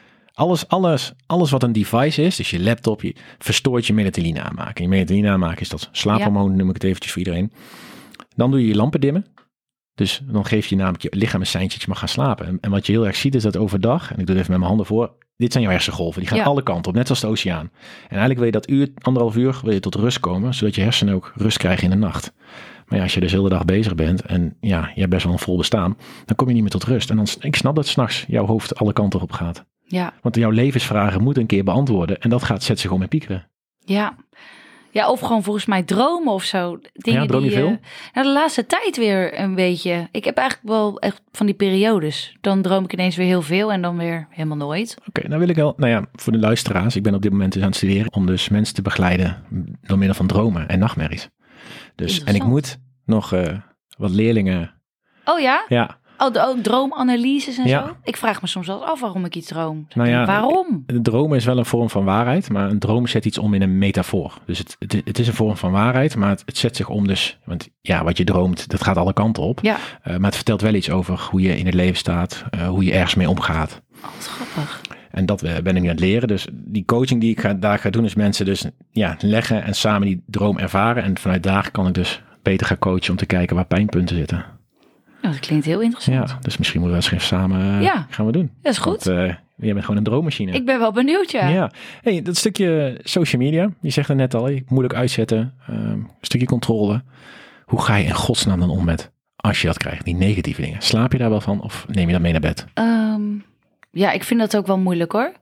Alles wat een device is, dus je laptop, verstoort je melatonine aanmaken. Je melatonine aanmaken is dat slaaphormoon, noem ik het eventjes voor iedereen. Dan doe je je lampen dimmen. Dus dan geef je namelijk je lichaam een seintje dat je mag gaan slapen. En wat je heel erg ziet is dat overdag, en ik doe het even met mijn handen voor, dit zijn jouw hersengolven. Die gaan alle kanten op, net als de oceaan. En eigenlijk wil je dat uur, 1,5 uur, wil je tot rust komen, zodat je hersenen ook rust krijgen in de nacht. Maar ja, als je dus de hele dag bezig bent en ja, je hebt best wel een vol bestaan, dan kom je niet meer tot rust. En dan, ik snap dat 's nachts jouw hoofd alle kanten op gaat. Ja. Want jouw levensvragen moeten een keer beantwoorden en dat zet zich om in piekeren. Ja. Ja, of gewoon volgens mij dromen of zo. Dingen droom je veel? Nou, de laatste tijd weer een beetje. Ik heb eigenlijk wel echt van die periodes. Dan droom ik ineens weer heel veel en dan weer helemaal nooit. Oké, nou wil ik wel, nou ja, voor de luisteraars. Ik ben op dit moment dus aan het studeren om dus mensen te begeleiden door middel van dromen en nachtmerries. Dus, en ik moet nog wat leerlingen... Oh ja? Ja. Oh, droomanalyses en Ja. zo? Ik vraag me soms wel af waarom ik iets droom. Nou ja, waarom? De droom is wel een vorm van waarheid, maar een droom zet iets om in een metafoor. Dus het is een vorm van waarheid, maar het zet zich om dus... Want ja, wat je droomt, dat gaat alle kanten op. Ja. Maar het vertelt wel iets over hoe je in het leven staat, hoe je ergens mee omgaat. Oh, wat grappig. En dat ben ik nu aan het leren. Dus die coaching die ik daar ga doen, is mensen dus leggen en samen die droom ervaren. En vanuit daar kan ik dus beter gaan coachen om te kijken waar pijnpunten zitten. Nou, dat klinkt heel interessant. Ja, dus misschien moeten we dat eens samen gaan we doen. Dat is goed. Want, jij bent gewoon een droommachine. Ik ben wel benieuwd, ja. Ja. Hey, dat stukje social media, je zegt het net al, moeilijk uitzetten, een stukje controle. Hoe ga je in godsnaam dan om met, als je dat krijgt, die negatieve dingen? Slaap je daar wel van of neem je dat mee naar bed? Ja, ik vind dat ook wel moeilijk hoor.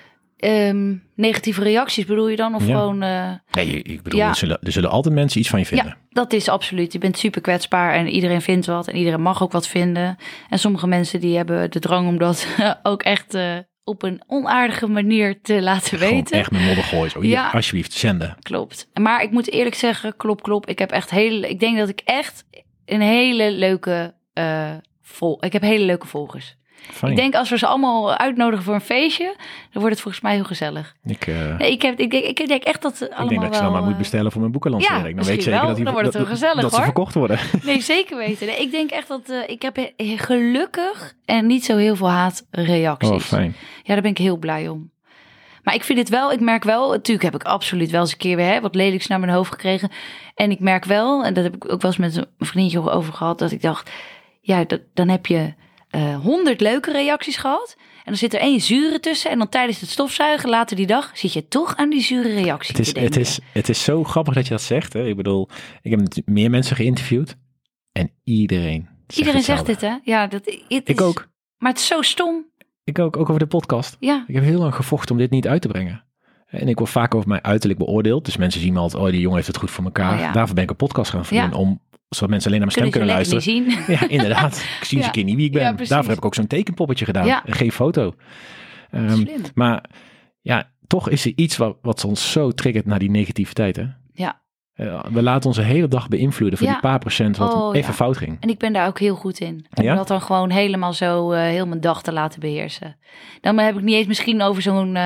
Negatieve reacties bedoel je dan? Of gewoon... Nee, ik bedoel, er zullen altijd mensen iets van je vinden. Ja, dat is absoluut. Je bent super kwetsbaar en iedereen vindt wat. En iedereen mag ook wat vinden. En sommige mensen die hebben de drang om dat ook echt op een onaardige manier te laten weten. Gewoon echt met modder gooien. Zo, hier, alsjeblieft, zenden. Klopt. Maar ik moet eerlijk zeggen, klopt. Ik denk dat ik echt een hele leuke... ik heb hele leuke volgers. Fijn. Ik denk als we ze allemaal uitnodigen voor een feestje, dan wordt het volgens mij heel gezellig. Ik denk echt dat allemaal Ik denk dat ik ze maar moet bestellen voor mijn boekenlancering. Ja, dan weet ik zeker wel. Dan wordt het wel gezellig, dat ze verkocht worden. Nee, zeker weten. Nee, ik denk echt dat ik heb gelukkig en niet zo heel veel haatreacties. Oh, fijn. Ja, daar ben ik heel blij om. Maar ik vind het wel, ik merk wel, natuurlijk heb ik absoluut wel eens een keer weer wat lelijks naar mijn hoofd gekregen. En ik merk wel, en dat heb ik ook wel eens met een vriendje over gehad, dat ik dacht, ja, dan heb je 100 leuke reacties gehad. En dan zit er 1 zure tussen. En dan tijdens het stofzuigen later die dag zit je toch aan die zure reactie te denken. Het is zo grappig dat je dat zegt. Hè? Ik bedoel, ik heb meer mensen geïnterviewd. En iedereen zegt dit, hè? Ja, ik ook. Maar het is zo stom. Ik ook over de podcast. Ja. Ik heb heel lang gevochten om dit niet uit te brengen. En ik word vaak over mijn uiterlijk beoordeeld. Dus mensen zien me altijd, die jongen heeft het goed voor elkaar. Oh, ja. Daarvoor ben ik een podcast gaan doen. Zodat mensen alleen naar mijn stem kunnen luisteren. Niet zien. Ja, inderdaad. Ik zie eens een keer niet wie ik ben. Ja, daarvoor heb ik ook zo'n tekenpoppetje gedaan. Ja. Geen foto. Maar ja, toch is er iets wat ons zo triggert naar die negativiteit. Hè? Ja. We laten onze hele dag beïnvloeden voor die paar procent wat even fout ging. En ik ben daar ook heel goed in. Om dat dan gewoon helemaal zo heel mijn dag te laten beheersen. Dan heb ik niet eens misschien over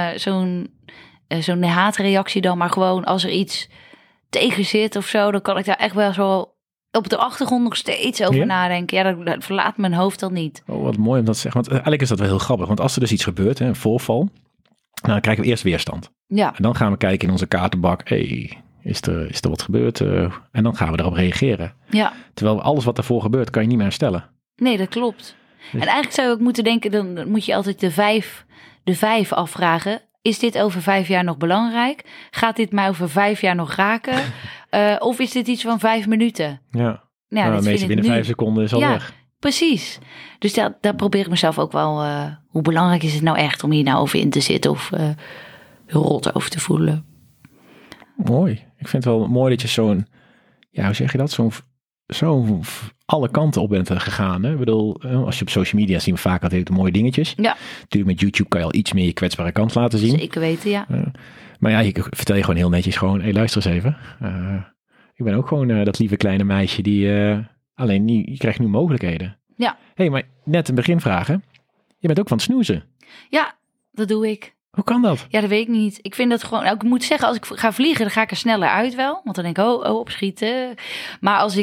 zo'n haatreactie dan, maar gewoon als er iets tegen zit of zo, dan kan ik daar echt wel zo op de achtergrond nog steeds over nadenken. Ja, dat verlaat mijn hoofd dan niet. Oh, wat mooi om dat te zeggen. Want eigenlijk is dat wel heel grappig. Want als er dus iets gebeurt, een voorval, dan krijgen we eerst weerstand. Ja. En dan gaan we kijken in onze kaartenbak. Is er wat gebeurd? En dan gaan we erop reageren. Ja. Terwijl alles wat ervoor gebeurt, kan je niet meer herstellen. Nee, dat klopt. Dus... En eigenlijk zou je ook moeten denken, dan moet je altijd de vijf afvragen. Is dit over 5 jaar nog belangrijk? Gaat dit mij over 5 jaar nog raken? Of is dit iets van 5 minuten? Ja, meestal binnen 5 seconden is al weg. Precies. Dus daar probeer ik mezelf ook wel... hoe belangrijk is het nou echt om hier nou over in te zitten... of heel rot over te voelen? Mooi. Ik vind het wel mooi dat je zo'n... Ja, hoe zeg je dat? Zo'n alle kanten op bent gegaan. Hè? Ik bedoel, als je op social media zien we vaak altijd de mooie dingetjes. Ja. Natuurlijk met YouTube kan je al iets meer je kwetsbare kant laten zien. Zeker weten, ja. Maar ja, ik vertel je gewoon heel netjes gewoon... Hey, luister eens even. Ik ben ook gewoon dat lieve kleine meisje die... alleen je krijgt nu mogelijkheden. Ja. Hey, maar net een beginvragen. Je bent ook van het snoezen. Ja, dat doe ik. Hoe kan dat? Ja, dat weet ik niet. Ik vind dat gewoon... Ik moet zeggen, als ik ga vliegen, dan ga ik er sneller uit wel. Want dan denk ik, opschieten. Maar als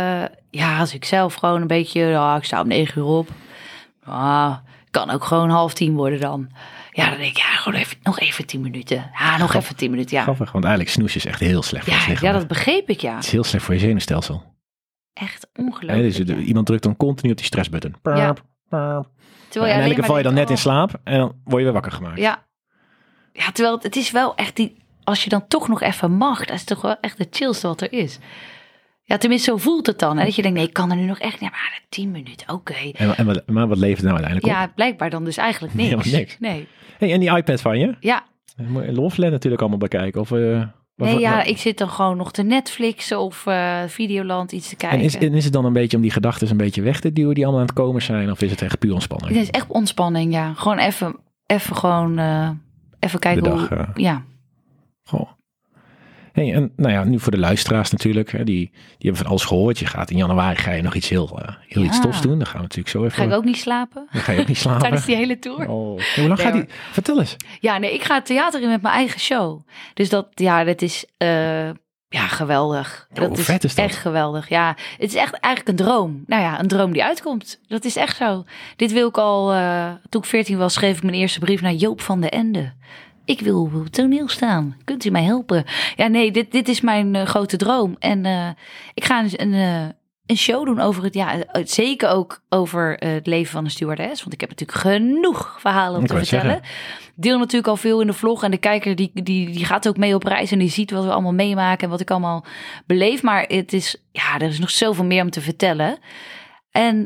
ik zelf gewoon een beetje... ik sta om 9 uur op. Kan ook gewoon 9:30 worden dan. Ja, dan denk ik, gewoon nog even 10 minuten. Even 10 minuten, ja. Grappig, want eigenlijk snoes is echt heel slecht voor het lichaam. Ja, dat begreep ik, ja. Het is heel slecht voor je zenuwstelsel. Echt ongelooflijk. Dus iemand drukt dan continu op die stressbutton. En eigenlijk val je dan net in slaap en dan word je weer wakker gemaakt. Ja, terwijl het is wel echt als je dan toch nog even mag, dat is toch wel echt het chillste wat er is. Ja, tenminste zo voelt het dan. Hè? Dat je denkt, nee, ik kan er nu nog echt niet, maar 10 minuten, oké. Maar wat levert het nou uiteindelijk op? Ja, blijkbaar dan dus eigenlijk niks. Helemaal niks. Nee. Hey, en die iPad van je? Ja. Moet je Loveland natuurlijk allemaal bekijken? Of, ik zit dan gewoon nog te Netflixen of Videoland iets te kijken. En is het dan een beetje om die gedachten een beetje weg te duwen die allemaal aan het komen zijn? Of is het echt puur ontspanning? Het is echt ontspanning, ja. Gewoon even kijken de dag, hoe... Ja. Goh. Hey, en nou ja, nu voor de luisteraars natuurlijk. Hè, die hebben van alles gehoord. Je gaat in januari ga je nog iets heel iets tofs doen. Dan gaan we natuurlijk zo even... Ga ik ook niet slapen? Dan ga je ook niet slapen? Tijdens die hele tour? Oh. Hoe lang gaat die? Vertel eens. Ja, nee, ik ga het theater in met mijn eigen show. Dus dat is... geweldig. Hoe vet is dat? Echt geweldig. Ja, het is echt eigenlijk een droom. Nou ja, een droom die uitkomt. Dat is echt zo. Dit wil ik al... toen ik 14 was, schreef ik mijn eerste brief naar Joop van den Ende. Ik wil op het toneel staan. Kunt u mij helpen? Ja, nee, dit is mijn grote droom. En ik ga een show doen over zeker ook over het leven van een stewardess. Want ik heb natuurlijk genoeg verhalen om te vertellen. Zeggen. Deel natuurlijk al veel in de vlog. En de kijker die gaat ook mee op reis. En die ziet wat we allemaal meemaken. En wat ik allemaal beleef. Maar er is nog zoveel meer om te vertellen. En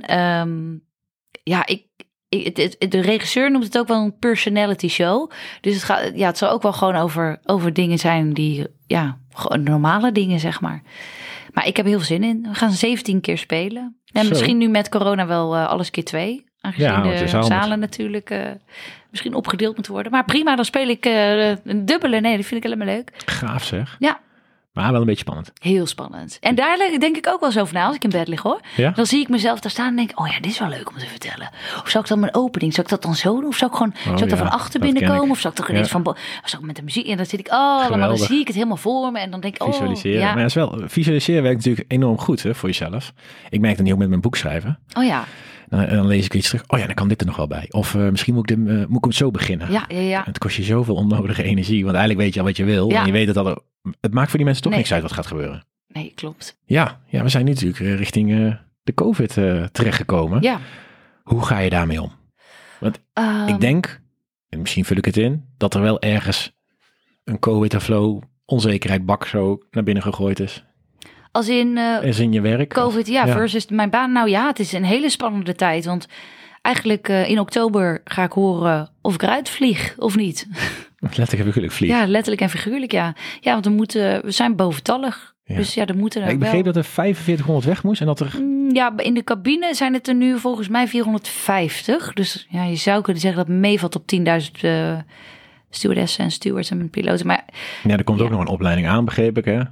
de regisseur noemt het ook wel een personality show. Dus het zal ook wel gewoon over dingen zijn die, gewoon normale dingen, zeg maar. Maar ik heb heel veel zin in. We gaan 17 keer spelen. En misschien nu met corona wel alles keer 2. Aangezien de zalen natuurlijk misschien opgedeeld moeten worden. Maar prima, dan speel ik een dubbele. Nee, dat vind ik helemaal leuk. Gaaf zeg. Ja. Maar wel een beetje spannend. Heel spannend. En daar denk ik ook wel eens over na als ik in bed lig hoor. Ja? Dan zie ik mezelf daar staan en denk dit is wel leuk om te vertellen. Of zou ik dan mijn opening, zou ik dat dan zo doen? Of zou ik gewoon zou ik dan van achter binnenkomen? Of zou ik toch ineens van of zou ik met de muziek? En dan zit ik, dan zie ik het helemaal voor me. En dan denk ik, visualiseren. Ja. Maar visualiseren werkt natuurlijk enorm goed hè, voor jezelf. Ik merk dat niet ook met mijn boek schrijven. Oh ja. Dan lees ik iets terug. Dan kan dit er nog wel bij. Of misschien moet ik hem zo beginnen. Ja. En het kost je zoveel onnodige energie. Want eigenlijk weet je al wat je wil. Ja. En je weet dat het maakt voor die mensen toch niks uit wat gaat gebeuren. Nee, klopt. Ja, we zijn nu natuurlijk richting de COVID terechtgekomen. Ja. Hoe ga je daarmee om? Want ik denk, en misschien vul ik het in, dat er wel ergens een COVID-flow onzekerheid bak zo naar binnen gegooid is. Als in je werk? COVID, versus mijn baan. Nou ja, het is een hele spannende tijd. Want eigenlijk in oktober ga ik horen of ik eruit vlieg of niet. Letterlijk en figuurlijk vliegen. Ja, letterlijk en figuurlijk, ja. Ja, want we zijn boventallig. Ja. Dus er moeten ik begreep dat er 4500 weg moest en dat er... Ja, in de cabine zijn het er nu volgens mij 450. Dus ja, je zou kunnen zeggen dat het meevalt op 10.000 stewardessen en stewards en piloten. Maar er komt ook nog een opleiding aan, begreep ik, hè?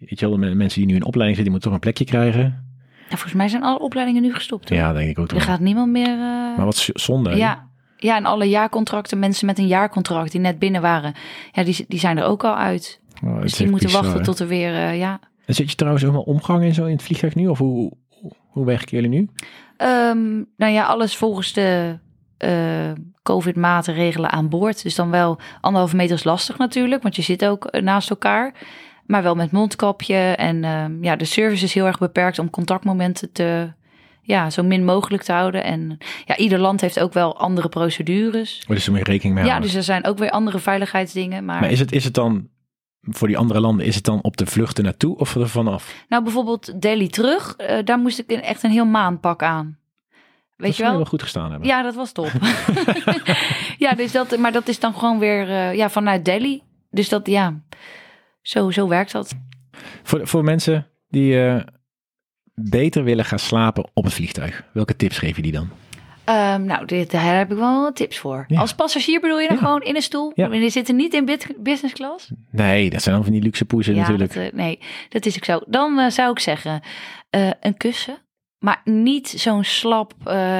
weet je wel, mensen die nu in opleiding zitten, die moeten toch een plekje krijgen. Ja, volgens mij zijn alle opleidingen nu gestopt. Hoor. Ja, denk ik ook. Er gaat niemand meer... Maar wat zonde. Hè? Ja, en alle jaarcontracten, mensen met een jaarcontract die net binnen waren, ja, die zijn er ook al uit. Dus die moeten wachten tot er weer, En zit je trouwens helemaal omgang en zo in het vliegtuig nu? Of hoe werken jullie nu? Nou ja, alles volgens de COVID-maatregelen aan boord. Dus dan wel 1,5 meter is lastig natuurlijk, want je zit ook naast elkaar. Maar wel met mondkapje. En de service is heel erg beperkt om contactmomenten zo min mogelijk te houden. En ja, ieder land heeft ook wel andere procedures. Dus er moet je rekening mee houden. Ja, dus er zijn ook weer andere veiligheidsdingen. Maar is het dan, voor die andere landen, is het dan op de vluchten naartoe of er vanaf? Nou, bijvoorbeeld Delhi terug, daar moest ik echt een heel maandpak aan. Weet je wel? Goed gestaan hebben. Ja, dat was top. Ja, dus maar dat is dan gewoon weer vanuit Delhi. Dus dat, zo werkt dat. Voor mensen die beter willen gaan slapen op het vliegtuig, welke tips geef je die dan? Daar heb ik wel tips voor. Ja. Als passagier bedoel je dan gewoon in een stoel? Ja. En die zitten niet in business class? Nee, dat zijn dan van die luxe poezen natuurlijk. Nee, dat is ook zo. Dan zou ik zeggen, een kussen. Maar niet zo'n slap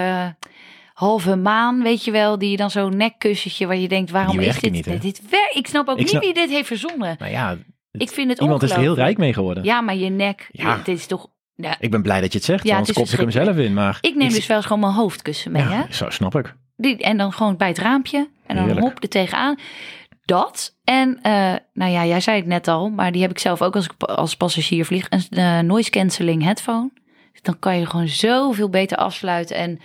halve maan, weet je wel. Die dan zo'n nekkussentje waar je denkt, waarom is dit? Niet, ik snap ook niet wie dit heeft verzonnen. Nou ja, ik vind het iemand is er heel rijk mee geworden. Ja, maar je nek, dit is toch... Ja. Ik ben blij dat je het zegt, anders kop ik hem zelf in. Maar ik neem dus wel eens gewoon mijn hoofdkussen mee. Hè? Zo snap ik. En dan gewoon bij het raampje. En dan hop er tegenaan. Dat. En jij zei het net al, maar die heb ik zelf ook als passagier vlieg. Een noise cancelling headphone. Dan kan je gewoon zoveel beter afsluiten. En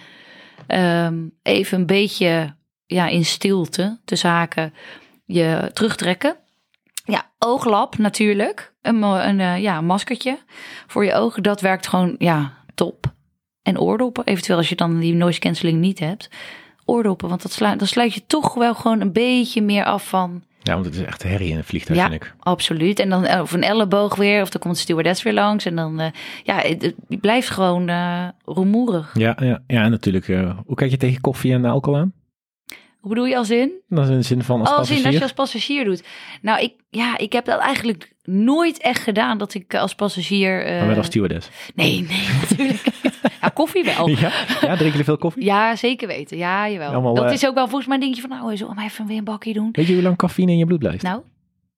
even een beetje in stilte tussen haken je terugtrekken. Ja, ooglap natuurlijk. Een maskertje voor je ogen. Dat werkt gewoon, top. En oordoppen. Eventueel als je dan die noise cancelling niet hebt. Oordoppen, want dan sluit je toch wel gewoon een beetje meer af van... Ja, want het is echt herrie in een vliegtuig, vind ik. Absoluut. En dan of een elleboog weer, of dan komt de stewardess weer langs. En dan, het blijft gewoon rumoerig. Ja, en natuurlijk. Hoe kijk je tegen koffie en alcohol aan? Hoe bedoel je als in? Dat is in de zin van als passagier? Als je als passagier doet. Nou, ik heb dat eigenlijk nooit echt gedaan dat ik als passagier... Maar wel als stewardess? Nee, natuurlijk niet. Ja, koffie wel. Ja, drinken jullie veel koffie? Ja, zeker weten. Ja, jawel. Allemaal, dat is ook wel volgens mij een dingetje van... zullen we maar even weer een bakje doen? Weet je hoe lang cafeïne in je bloed blijft? Nou,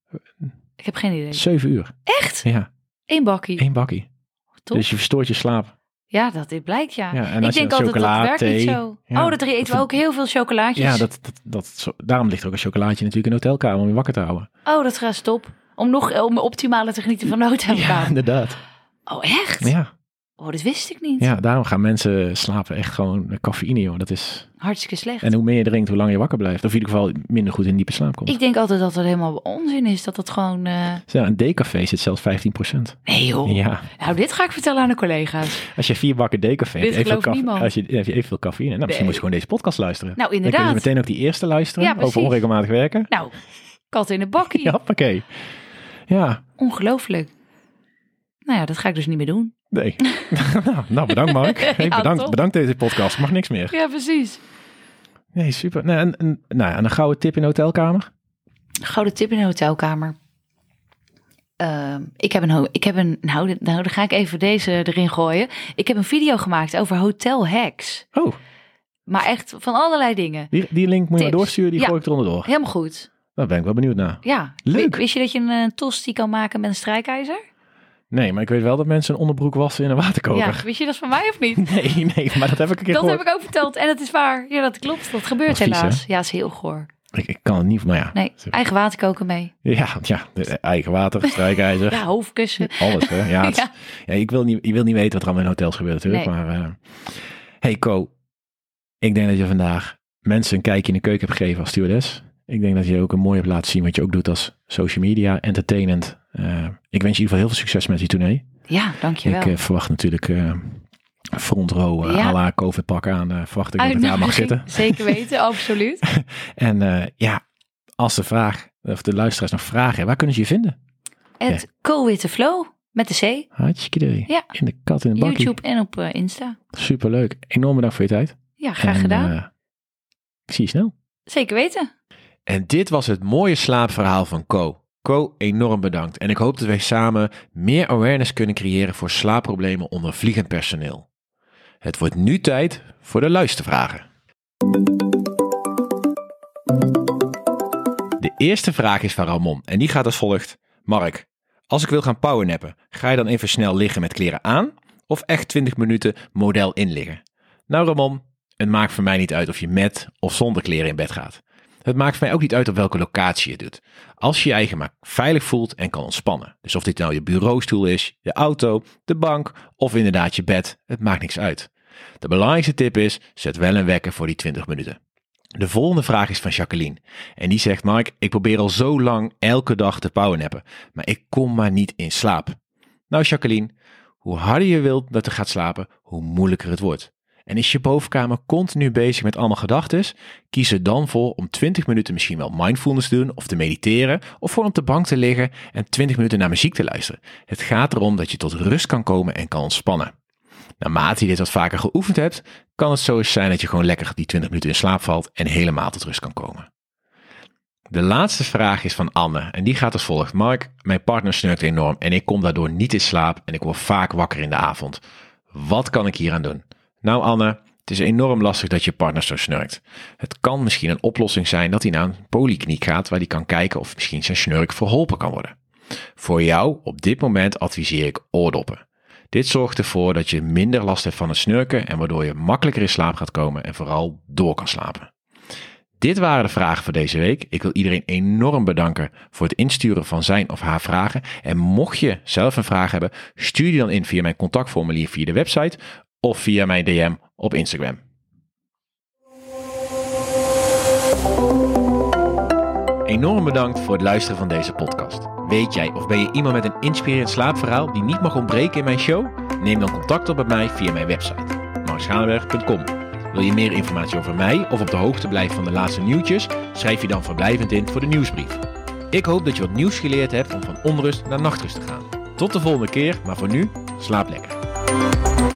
ik heb geen idee. 7 uur. Echt? Ja. 1 bakkie? 1 bakkie. Top. Dus je verstoort je slaap. Ja, dit blijkt, ja. En ik denk altijd, dat werkt niet zo. Ja. Dat eten we ook heel veel chocolaatjes. Ja, daarom ligt er ook een chocolaatje natuurlijk in de hotelkamer om je wakker te houden. Dat gaat stop. Om optimale te genieten van de hotelkamer. Ja, inderdaad. Oh, echt? Ja. Dat wist ik niet. Ja, daarom gaan mensen slapen echt gewoon met cafeïne, joh. Dat is... hartstikke slecht. En hoe meer je drinkt, hoe langer je wakker blijft. Of in ieder geval minder goed in diepe slaap komt. Ik denk altijd dat het helemaal onzin is. Dat het gewoon... Ja, een decafé zit zelfs 15%. Nee joh. Ja. Nou, dit ga ik vertellen aan de collega's. Als je 4 bakken decafé hebt, als je evenveel cafeïne. Nou, misschien moet je gewoon deze podcast luisteren. Nou, inderdaad. Dan kun je meteen ook die eerste luisteren over onregelmatig werken. Nou, kat in een bakkie. Ja, hoppakee. Ja. Ongelooflijk. Nou ja, dat ga ik dus niet meer doen. Nee. nou, bedankt Mark. Hey, bedankt deze podcast. Mag niks meer. Ja, precies. Nee, super. En een gouden tip in de hotelkamer? Gouden tip in de hotelkamer. Dan ga ik even deze erin gooien. Ik heb een video gemaakt over hotel hacks. Oh. Maar echt van allerlei dingen. Die link moet je maar doorsturen, die gooi ik eronder door. Helemaal goed. Daar ben ik wel benieuwd naar. Ja. Leuk. Wist je dat je een tosti kan maken met een strijkijzer? Nee, maar ik weet wel dat mensen een onderbroek wassen in een waterkoker. Ja, wist je dat van mij of niet? Nee, maar dat heb ik een keer gehoord. Dat heb ik ook verteld en het is waar. Ja, dat klopt. Dat gebeurt helaas. Ja, het is heel goor. Ik kan het niet, maar ja. Nee, eigen waterkoker mee. Ja, eigen water, strijkijzer. Ja, hoofdkussen. Alles, hè. Ja, je wil niet weten wat er allemaal in hotels gebeurt natuurlijk. Nee. Maar hey Co, ik denk dat je vandaag mensen een kijkje in de keuken hebt gegeven als stewardess. Ik denk dat je ook een mooi hebt laten zien wat je ook doet als social media, entertainend. Ik wens je in ieder geval heel veel succes met die tournee. Ja, dankjewel. Ik verwacht natuurlijk front row à la COVID pak aan. Verwacht ik dat ik daar mag zitten. Zeker weten, absoluut. En als de luisteraars nog vragen hebben, waar kunnen ze je vinden? Co with the flow, met de C. Hartstikke idee. Ja. In de kat in de bakkie. YouTube en op Insta. Superleuk. Enorm bedankt voor je tijd. Ja, graag gedaan. Ik zie je snel. Zeker weten. En dit was het mooie slaapverhaal van Co. Co, enorm bedankt. En ik hoop dat wij samen meer awareness kunnen creëren voor slaapproblemen onder vliegend personeel. Het wordt nu tijd voor de luistervragen. De eerste vraag is van Ramon en die gaat als volgt. Mark, als ik wil gaan powernappen, ga je dan even snel liggen met kleren aan of echt 20 minuten model inliggen? Nou Ramon, het maakt voor mij niet uit of je met of zonder kleren in bed gaat. Het maakt voor mij ook niet uit op welke locatie je doet. Als je je eigen maar veilig voelt en kan ontspannen. Dus of dit nou je bureaustoel is, je auto, de bank of inderdaad je bed, het maakt niks uit. De belangrijkste tip is, zet wel een wekker voor die 20 minuten. De volgende vraag is van Jacqueline. En die zegt, Mark, ik probeer al zo lang elke dag te powernappen, maar ik kom maar niet in slaap. Nou Jacqueline, hoe harder je wilt dat je gaat slapen, hoe moeilijker het wordt. En is je bovenkamer continu bezig met allemaal gedachtes? Kies er dan voor om 20 minuten misschien wel mindfulness te doen of te mediteren of voor op de bank te liggen en 20 minuten naar muziek te luisteren. Het gaat erom dat je tot rust kan komen en kan ontspannen. Naarmate je dit wat vaker geoefend hebt, kan het zo eens zijn dat je gewoon lekker die 20 minuten in slaap valt en helemaal tot rust kan komen. De laatste vraag is van Anne en die gaat als volgt. Mark, mijn partner snurkt enorm en ik kom daardoor niet in slaap en ik word vaak wakker in de avond. Wat kan ik hier aan doen? Nou Anne, het is enorm lastig dat je partner zo snurkt. Het kan misschien een oplossing zijn dat hij naar een polykliniek gaat waar hij kan kijken of misschien zijn snurk verholpen kan worden. Voor jou op dit moment adviseer ik oordoppen. Dit zorgt ervoor dat je minder last hebt van het snurken en waardoor je makkelijker in slaap gaat komen en vooral door kan slapen. Dit waren de vragen voor deze week. Ik wil iedereen enorm bedanken voor het insturen van zijn of haar vragen. En mocht je zelf een vraag hebben, stuur die dan in via mijn contactformulier via de website of via mijn DM op Instagram. Enorm bedankt voor het luisteren van deze podcast. Weet jij of ben je iemand met een inspirerend slaapverhaal die niet mag ontbreken in mijn show? Neem dan contact op met mij via mijn website, markschalenberg.com. Wil je meer informatie over mij of op de hoogte blijven van de laatste nieuwtjes? Schrijf je dan verblijvend in voor de nieuwsbrief. Ik hoop dat je wat nieuws geleerd hebt om van onrust naar nachtrust te gaan. Tot de volgende keer, maar voor nu, slaap lekker.